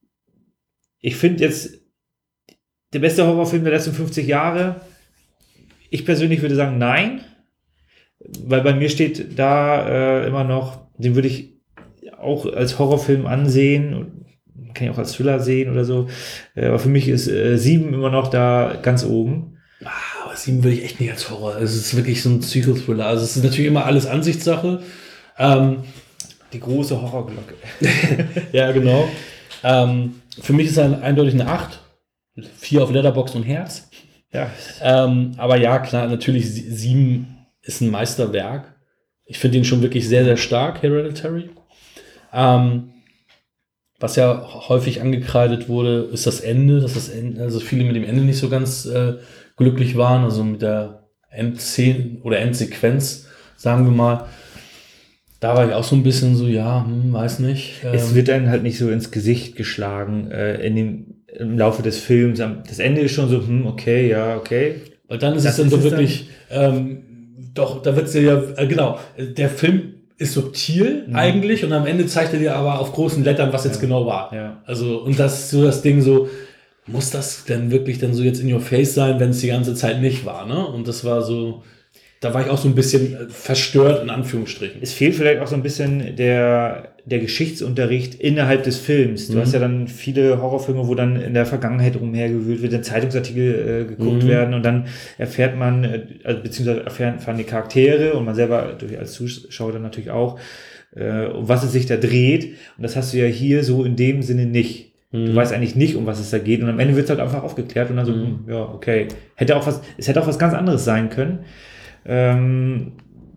ich finde jetzt, der beste Horrorfilm der letzten fünfzig Jahre, ich persönlich würde sagen, nein, weil bei mir steht da äh, immer noch, den würde ich auch als Horrorfilm ansehen. Kann ich auch als Thriller sehen oder so. Äh, aber für mich ist äh, sieben immer noch da ganz oben. Ah, aber sieben würde ich echt nicht als Horror. Es ist wirklich so ein Psychothriller. Also es ist natürlich immer alles Ansichtssache. Ähm, Die große Horrorglocke. ja, genau. Ähm, für mich ist er eindeutig eine acht. vier auf Letterboxd und Herz. Ja. Ähm, aber ja, klar, natürlich, sieben ist ein Meisterwerk. Ich finde ihn schon wirklich sehr, sehr stark, Hereditary. Ähm, was ja häufig angekreidet wurde, ist das Ende, dass das Ende, also viele mit dem Ende nicht so ganz äh, glücklich waren, also mit der Endszene oder Endsequenz, sagen wir mal. Da war ich auch so ein bisschen so, ja, hm, weiß nicht. Ähm, Es wird dann halt nicht so ins Gesicht geschlagen äh, in dem, im Laufe des Films. Das Ende ist schon so, hm, okay, ja, okay. Und dann ist Das es dann ist so es wirklich, ähm, doch, da wird es ja, äh, genau, der Film ist subtil Mhm. eigentlich und am Ende zeigt er dir aber auf großen Lettern, was jetzt Ja. genau war. Ja. Also, und das ist so das Ding so, muss das denn wirklich dann so jetzt in your face sein, wenn es die ganze Zeit nicht war, ne? Und das war so, da war ich auch so ein bisschen äh, verstört, in Anführungsstrichen. Es fehlt vielleicht auch so ein bisschen der, der Geschichtsunterricht innerhalb des Films. Du Mhm. hast ja dann viele Horrorfilme, wo dann in der Vergangenheit rumhergewühlt wird, in Zeitungsartikel äh, geguckt Mhm. werden und dann erfährt man, äh, also, beziehungsweise erfahren, erfahren die Charaktere und man selber durch, als Zuschauer dann natürlich auch, äh, um was es sich da dreht. Und das hast du ja hier so in dem Sinne nicht. Du Mhm. weißt eigentlich nicht, um was es da geht und am Ende wird es halt einfach aufgeklärt und dann so, Mhm. hm, ja, okay. Hätte auch was, es hätte auch was ganz anderes sein können. Ähm,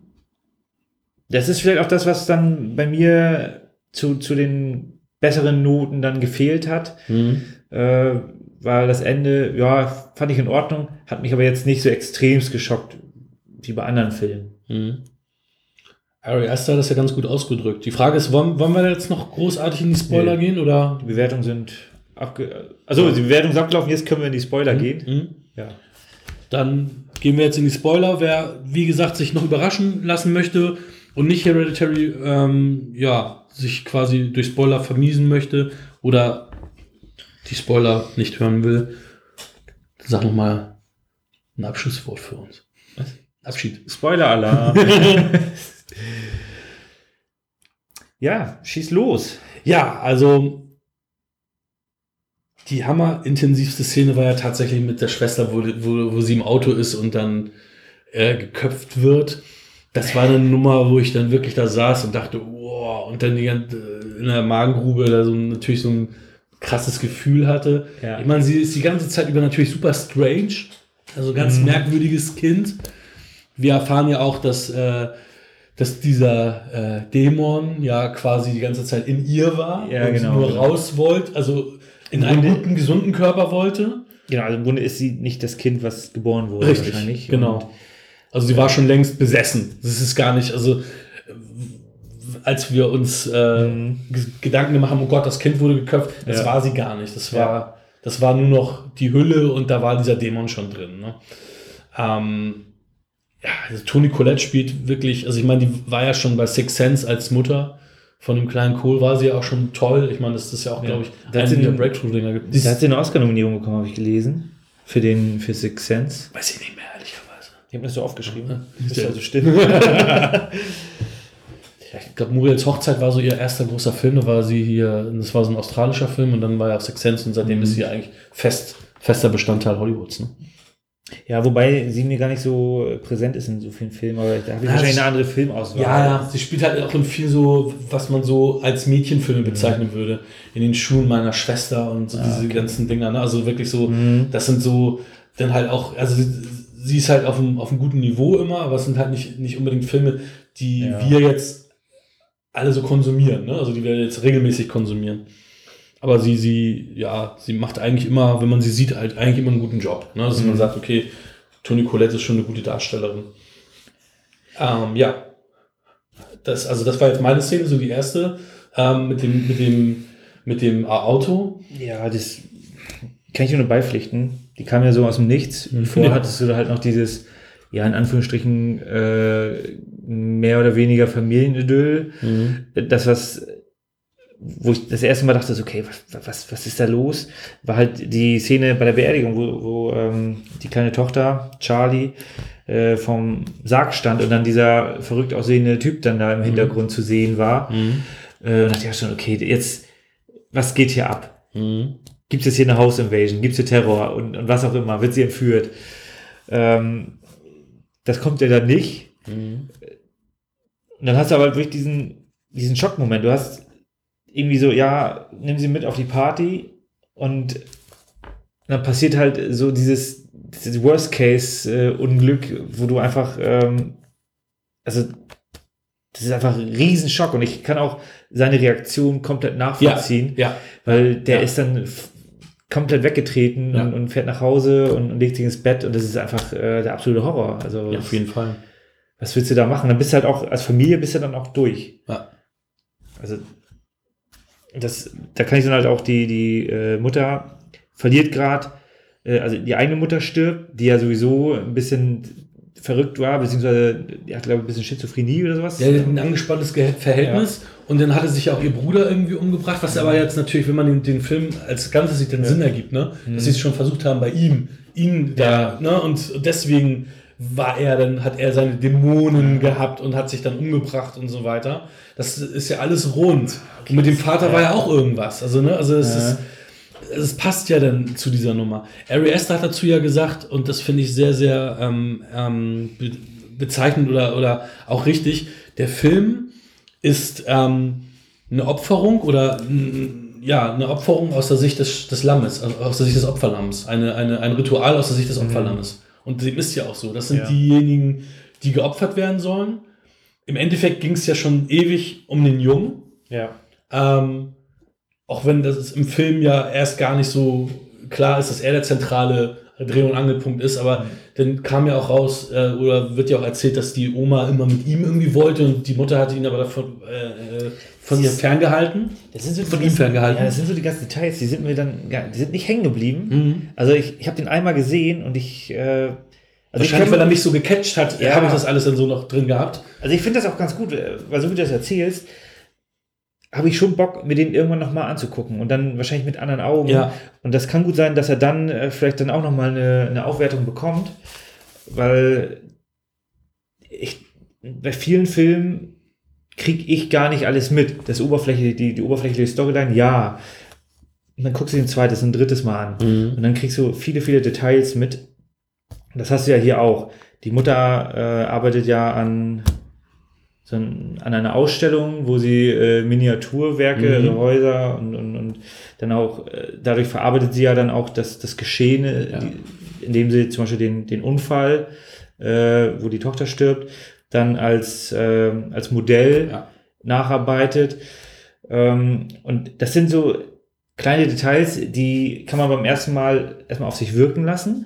das ist vielleicht auch das, was dann bei mir zu, zu den besseren Noten dann gefehlt hat, Mhm. äh, weil das Ende, ja, fand ich in Ordnung, hat mich aber jetzt nicht so extremst geschockt wie bei anderen Filmen. Mhm. Ari Aster hat das ja ganz gut ausgedrückt. Die Frage ist, wollen, wollen wir jetzt noch großartig in die Spoiler Nee. gehen oder? Die Bewertungen sind abge... Also die Bewertung ist abgelaufen, jetzt können wir in die Spoiler gehen. Mhm. Ja. Dann gehen wir jetzt in die Spoiler. Wer, wie gesagt, sich noch überraschen lassen möchte und nicht Hereditary, ähm, ja, sich quasi durch Spoiler vermiesen möchte oder die Spoiler nicht hören will, sag noch mal ein Abschlusswort für uns. Was? Abschied. Spoiler-Alarm. Ja, schieß los. Ja, also die hammerintensivste Szene war ja tatsächlich mit der Schwester, wo, wo, wo sie im Auto ist und dann äh, geköpft wird. Das war eine Nummer, wo ich dann wirklich da saß und dachte, wow, und dann die ganze, in der Magengrube da so natürlich so ein krasses Gefühl hatte. Ja. Ich meine, sie ist die ganze Zeit über natürlich super strange, also ganz Mhm. merkwürdiges Kind. Wir erfahren ja auch, dass, äh, dass dieser äh, Dämon ja quasi die ganze Zeit in ihr war Ja, und genau. sie nur raus wollte, also in einen Grunde- guten, gesunden Körper wollte. Genau, also im Grunde ist sie nicht das Kind, was geboren wurde Richtig, wahrscheinlich. genau. Und Also sie war schon längst besessen. Das ist gar nicht, also äh, als wir uns äh, Mhm. G- Gedanken gemacht haben, oh Gott, das Kind wurde geköpft, das Ja. war sie gar nicht. Das war, Ja. das war nur noch die Hülle und da war dieser Dämon schon drin. Ne? Ähm, ja, also Toni Collette spielt wirklich, also ich meine, die war ja schon bei Sixth Sense als Mutter von dem kleinen Cole, war sie ja auch schon toll. Ich meine, das ist ja auch, Ja. glaube ich, Da hat eine sie der den- Breakthrough-Dinger gibt. Da hat sie eine Oscar-Nominierung bekommen, habe ich gelesen. Für den, für Sixth Sense. Weiß ich nicht mehr, ehrlicherweise. Ich habe das so aufgeschrieben. Ja. Müsste also stimmen. Ich glaube, Muriels Hochzeit war so ihr erster großer Film. Da war sie hier, das war so ein australischer Film und dann war ja auch Sixth Sense und seitdem Mhm. ist sie eigentlich fest, fester Bestandteil Hollywoods. Ne? Ja, wobei sie mir gar nicht so präsent ist in so vielen Filmen, aber da habe ich Ja, wahrscheinlich das- eine andere Filmauswahl. Ja, ja, sie spielt halt auch in viel so, was man so als Mädchenfilme bezeichnen würde. In den Schuhen meiner Schwester und so Ah, diese okay. ganzen Dinger. Ne? Also wirklich so, Mhm. das sind so, dann halt auch, also sie, sie ist halt auf einem, auf einem guten Niveau immer, aber es sind halt nicht, nicht unbedingt Filme, die Ja. wir jetzt alle so konsumieren, ne? Also die wir jetzt regelmäßig konsumieren. Aber sie, sie, ja, sie macht eigentlich immer, wenn man sie sieht, halt eigentlich immer einen guten Job. Ne? Dass Mhm. man sagt, okay, Toni Collette ist schon eine gute Darstellerin. Ähm, ja. Das, also das war jetzt meine Szene, so die erste, ähm, mit dem, mit dem, mit dem äh, Auto. Ja, das kann ich nur beipflichten. Die kam ja so aus dem Nichts. Mhm. Vorher Ja. hattest du da halt noch dieses, ja, in Anführungsstrichen, äh, mehr oder weniger Familienidyll. Das, was, wo ich das erste Mal dachte, so, okay, was, was, was ist da los? War halt die Szene bei der Beerdigung, wo, wo ähm, die kleine Tochter, Charlie, äh, vom Sarg stand und dann dieser verrückt aussehende Typ dann da im Hintergrund zu sehen war. Mhm. Äh, und dachte ja schon, okay, jetzt, was geht hier ab? Mhm. Gibt es jetzt hier eine House-Invasion? Gibt es hier Terror? Und, und was auch immer? Wird sie entführt? Ähm, das kommt ja dann nicht. Mhm. Und dann hast du aber wirklich diesen, diesen Schockmoment. Du hast irgendwie so, ja, nimm sie mit auf die Party und dann passiert halt so dieses, dieses Worst-Case-Unglück, wo du einfach, ähm, also das ist einfach ein Riesenschock und ich kann auch seine Reaktion komplett nachvollziehen, Ja, ja. weil der Ja. ist dann f- komplett weggetreten Ja. und, und fährt nach Hause und, und legt sich ins Bett und das ist einfach äh, der absolute Horror. Also Ja, auf jeden Fall. was willst du da machen? Dann bist du halt auch, als Familie bist du dann auch durch. Ja. Also das, da kann ich dann halt auch die, die äh, Mutter verliert gerade, äh, also die eigene Mutter stirbt, die ja sowieso ein bisschen verrückt war, beziehungsweise die hat, glaube ich, ein bisschen Schizophrenie oder sowas. Ja, ein angespanntes Ge- Verhältnis. Und dann hatte sich ja auch ihr Bruder irgendwie umgebracht, was aber jetzt natürlich, wenn man den, den Film als Ganzes sieht, dann Ja. Sinn ergibt, ne? Dass sie es schon versucht haben, bei ihm, ihn da, ne? Und deswegen war er dann, hat er seine Dämonen gehabt und hat sich dann umgebracht und so weiter. Das ist ja alles rund. Und mit dem Vater Ja. war ja auch irgendwas. Also, ne? Also, es Ja. ist, es passt ja dann zu dieser Nummer. Ari Aster hat dazu ja gesagt, und das finde ich sehr, sehr ähm, ähm, be bezeichnend oder, oder auch richtig, der Film ist ähm, eine Opferung oder n- ja, eine Opferung aus der Sicht des, des Lammes, also aus der Sicht des Opferlammes. Eine, eine, ein Ritual aus der Sicht des Opferlammes. Und dem ist ja auch so. Das sind Ja. diejenigen, die geopfert werden sollen. Im Endeffekt ging es ja schon ewig um den Jungen. Ja. Ähm, auch wenn das im Film ja erst gar nicht so klar ist, dass er der zentrale Dreh- und Angelpunkt ist, aber dann kam ja auch raus, äh, oder wird ja auch erzählt, dass die Oma immer mit ihm irgendwie wollte und die Mutter hatte ihn aber davon äh, von ihr ferngehalten. Das sind so Von die ihm ganzen- ferngehalten. Ja, das sind so die ganzen Details, die sind mir dann, gar- die sind nicht hängen geblieben. Mhm. Also ich, ich habe den einmal gesehen und ich, äh, also ich, Wahrscheinlich, kann- weil er mich so gecatcht hat, Ja. habe ich das alles dann so noch drin gehabt. also ich finde das auch ganz gut, äh, weil so wie du das erzählst, habe ich schon Bock, mir den irgendwann nochmal anzugucken und dann wahrscheinlich mit anderen Augen. Ja. Und das kann gut sein, dass er dann äh, vielleicht dann auch nochmal eine, eine Aufwertung bekommt, weil ich, bei vielen Filmen kriege ich gar nicht alles mit. Das Oberfläche, die, die oberflächliche Storyline, ja. Und dann guckst du den zweites und drittes Mal an. Mhm. Und dann kriegst du viele, viele Details mit. Das hast du ja hier auch. Die Mutter äh, arbeitet ja an, so ein, an einer Ausstellung, wo sie äh, Miniaturwerke, Mhm. also Häuser und, und, und dann auch, äh, dadurch verarbeitet sie ja dann auch das, das Geschehene, Ja. die, indem sie zum Beispiel den, den Unfall, äh, wo die Tochter stirbt, dann als, äh, als Modell Ja. nacharbeitet. Ähm, und das sind so kleine Details, die kann man beim ersten Mal erstmal auf sich wirken lassen.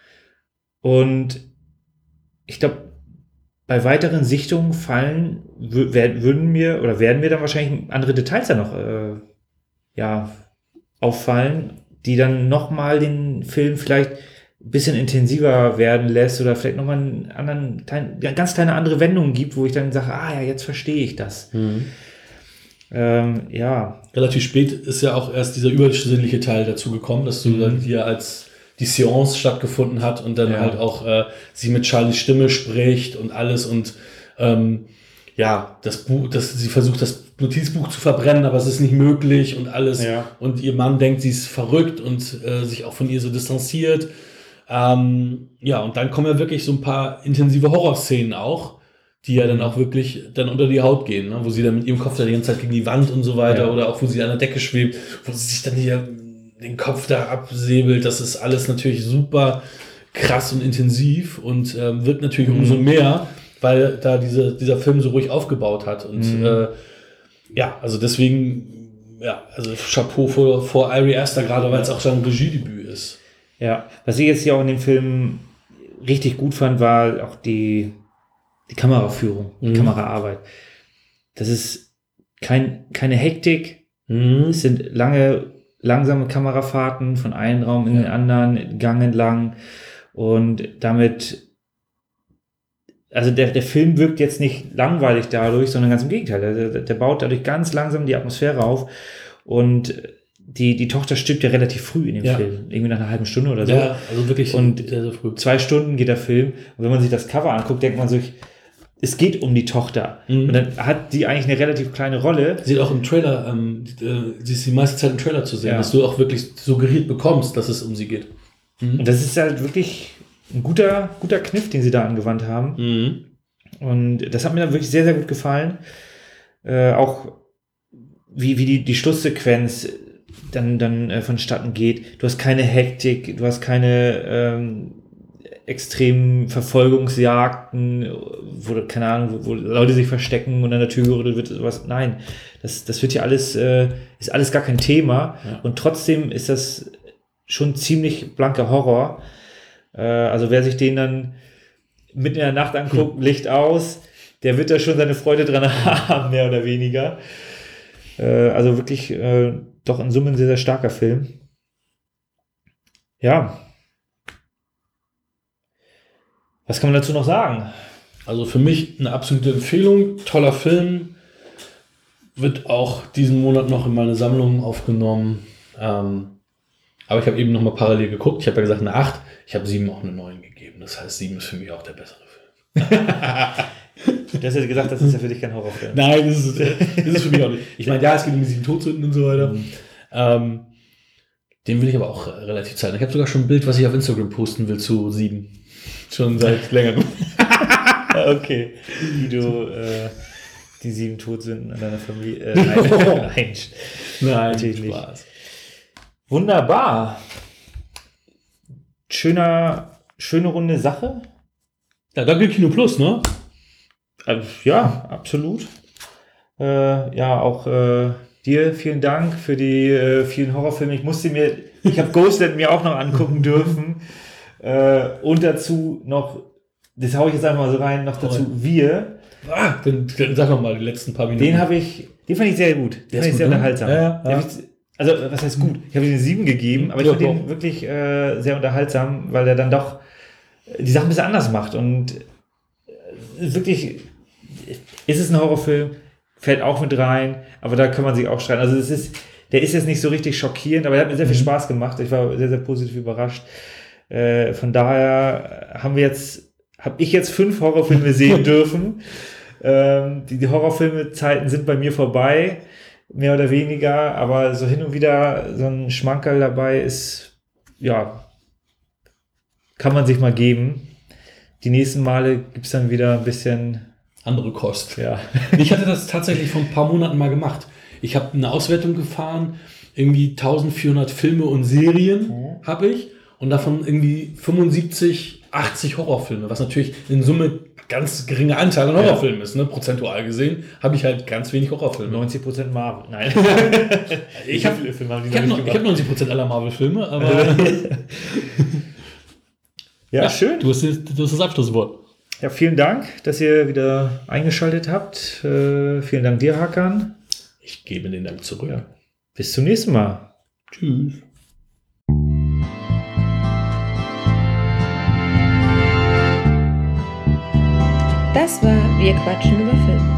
Und ich glaube, bei weiteren Sichtungen fallen, wür- wer- würden mir oder werden mir dann wahrscheinlich andere Details dann noch äh, ja, auffallen, die dann nochmal den Film vielleicht ein bisschen intensiver werden lässt oder vielleicht nochmal einen anderen, kleinen- ja, ganz kleine andere Wendungen gibt, wo ich dann sage, ah ja, jetzt verstehe ich das. Mhm. Ähm, ja, Relativ spät ist ja auch erst dieser übersinnliche Teil dazu gekommen, dass du Mhm. dann hier als die Seance stattgefunden hat und dann Ja. halt auch äh, sie mit Charlies Stimme spricht und alles und ähm, ja, das Buch, das, sie versucht das Notizbuch zu verbrennen, aber es ist nicht möglich und alles. Ja. Und ihr Mann denkt, sie ist verrückt und äh, sich auch von ihr so distanziert. Ähm, ja, und dann kommen ja wirklich so ein paar intensive Horrorszenen auch, die ja dann auch wirklich dann unter die Haut gehen, ne? Wo sie dann mit ihrem Kopf da die ganze Zeit gegen die Wand und so weiter Ja. oder auch wo sie an der Decke schwebt, wo sie sich dann hier den Kopf da absäbelt. Das ist alles natürlich super krass und intensiv und ähm, wirkt natürlich Mhm. umso mehr, weil da diese, dieser Film so ruhig aufgebaut hat. Und Mhm. äh, ja, also deswegen, ja, also Chapeau vor, vor Ari Aster, gerade weil es auch sein Regiedebüt ist. ja. Was ich jetzt hier auch in dem Film richtig gut fand, war auch die, die Kameraführung, die Mhm. Kameraarbeit. Das ist kein, keine Hektik. Mhm. Es sind lange, langsame Kamerafahrten von einem Raum in den anderen, Gang entlang. Und damit, also der, der Film wirkt jetzt nicht langweilig dadurch, sondern ganz im Gegenteil. Der, der, der baut dadurch ganz langsam die Atmosphäre auf. Und die, die Tochter stirbt ja relativ früh in dem Ja. Film. Irgendwie nach einer halben Stunde oder so. Ja, also wirklich Und sehr, sehr früh. Zwei Stunden geht der Film. Und wenn man sich das Cover anguckt, denkt man sich, es geht um die Tochter. Mhm. Und dann hat die eigentlich eine relativ kleine Rolle. Sie ist auch im Trailer, ähm, äh, sie ist die meiste Zeit im Trailer zu sehen, Ja. dass du auch wirklich suggeriert bekommst, dass es um sie geht. Mhm. Und das ist halt wirklich ein guter, guter Kniff, den sie da angewandt haben. Mhm. Und das hat mir dann wirklich sehr, sehr gut gefallen. Äh, auch wie, wie die, die Schlusssequenz dann, dann äh, vonstatten geht. Du hast keine Hektik, du hast keine ähm, extremen Verfolgungsjagden, wo, keine Ahnung, wo, wo Leute sich verstecken und an der Tür gerüttelt wird, sowas. Nein, das, das wird hier alles, äh, ist alles gar kein Thema. Ja. Und trotzdem ist das schon ziemlich blanker Horror. Äh, also wer sich den dann mitten in der Nacht anguckt, Licht aus, der wird da schon seine Freude dran haben, mehr oder weniger. Äh, also wirklich äh, doch in Summe ein sehr, sehr starker Film. Ja. Was kann man dazu noch sagen? Also für mich eine absolute Empfehlung, toller Film, wird auch diesen Monat noch in meine Sammlung aufgenommen. Ähm, aber ich habe eben noch mal parallel geguckt, ich habe ja gesagt eine acht, ich habe sieben auch eine neun gegeben. Das heißt, sieben ist für mich auch der bessere Film. Du hast ja gesagt, das ist ja für dich kein Horrorfilm. Nein, das ist, das ist für mich auch nicht. Ich meine, ja, es geht um die sieben Todsünden und so weiter. Mhm. Ähm, den will ich aber auch relativ zeigen. Ich habe sogar schon ein Bild, was ich auf Instagram posten will zu sieben. Schon seit längerem. Okay. Wie du äh, die sieben Todsünden an deiner Familie. Äh, nein, nein, nein, natürlich nicht. Spaß. Wunderbar. Schöner, schöne runde Sache. Ja, danke Kino Plus, ne? Äh, ja, absolut. Äh, ja, auch äh, dir vielen Dank für die äh, vielen Horrorfilme. Ich musste mir, ich habe Ghostland mir auch noch angucken dürfen. Äh, und dazu noch, das hau ich jetzt einfach mal so rein, noch dazu Oh. Wir. Ah, dann, dann sag noch mal die letzten paar Minuten. Den habe ich, den fand ich sehr gut. Den Der fand ist ich sehr gut, ne? unterhaltsam. Ja, ja, Den ja. hab ich, also, was heißt gut? Ich habe ihm eine sieben gegeben, aber ich Ja, fand den doch. wirklich äh, sehr unterhaltsam, weil er dann doch die Sachen ein bisschen anders macht. Und äh, wirklich, ist es ein Horrorfilm, fällt auch mit rein, aber da kann man sich auch streiten. Also, es ist, der ist jetzt nicht so richtig schockierend, aber er hat mir sehr viel Spaß gemacht. Ich war sehr, sehr positiv überrascht. Äh, von daher haben wir jetzt, habe ich jetzt fünf Horrorfilme sehen dürfen. Ähm, die, die Horrorfilme-Zeiten sind bei mir vorbei, mehr oder weniger, aber so hin und wieder so ein Schmankerl dabei ist, ja, kann man sich mal geben. Die nächsten Male gibt es dann wieder ein bisschen andere Kost. Ja. Ich hatte das tatsächlich vor ein paar Monaten mal gemacht. Ich habe eine Auswertung gefahren, irgendwie eintausendvierhundert Filme und Serien Mhm. habe ich und davon irgendwie fünfundsiebzig, achtzig Horrorfilme, was natürlich in Summe ganz geringer Anteil an Horrorfilmen ist, ne? Prozentual gesehen, habe ich halt ganz wenig Horrorfilme. neunzig Prozent Marvel. Nein. Ich habe viele Filme haben die ich hab noch noch, nicht ich hab gemacht. neunzig Prozent aller Marvel-Filme, aber Ja, schön. du hast, du hast das Abschlusswort. Ja, vielen Dank, dass ihr wieder eingeschaltet habt. Äh, vielen Dank dir, Hakan. Ich gebe den Dank zurück. Ja. Bis zum nächsten Mal. Tschüss. Das war Wir quatschen über Film.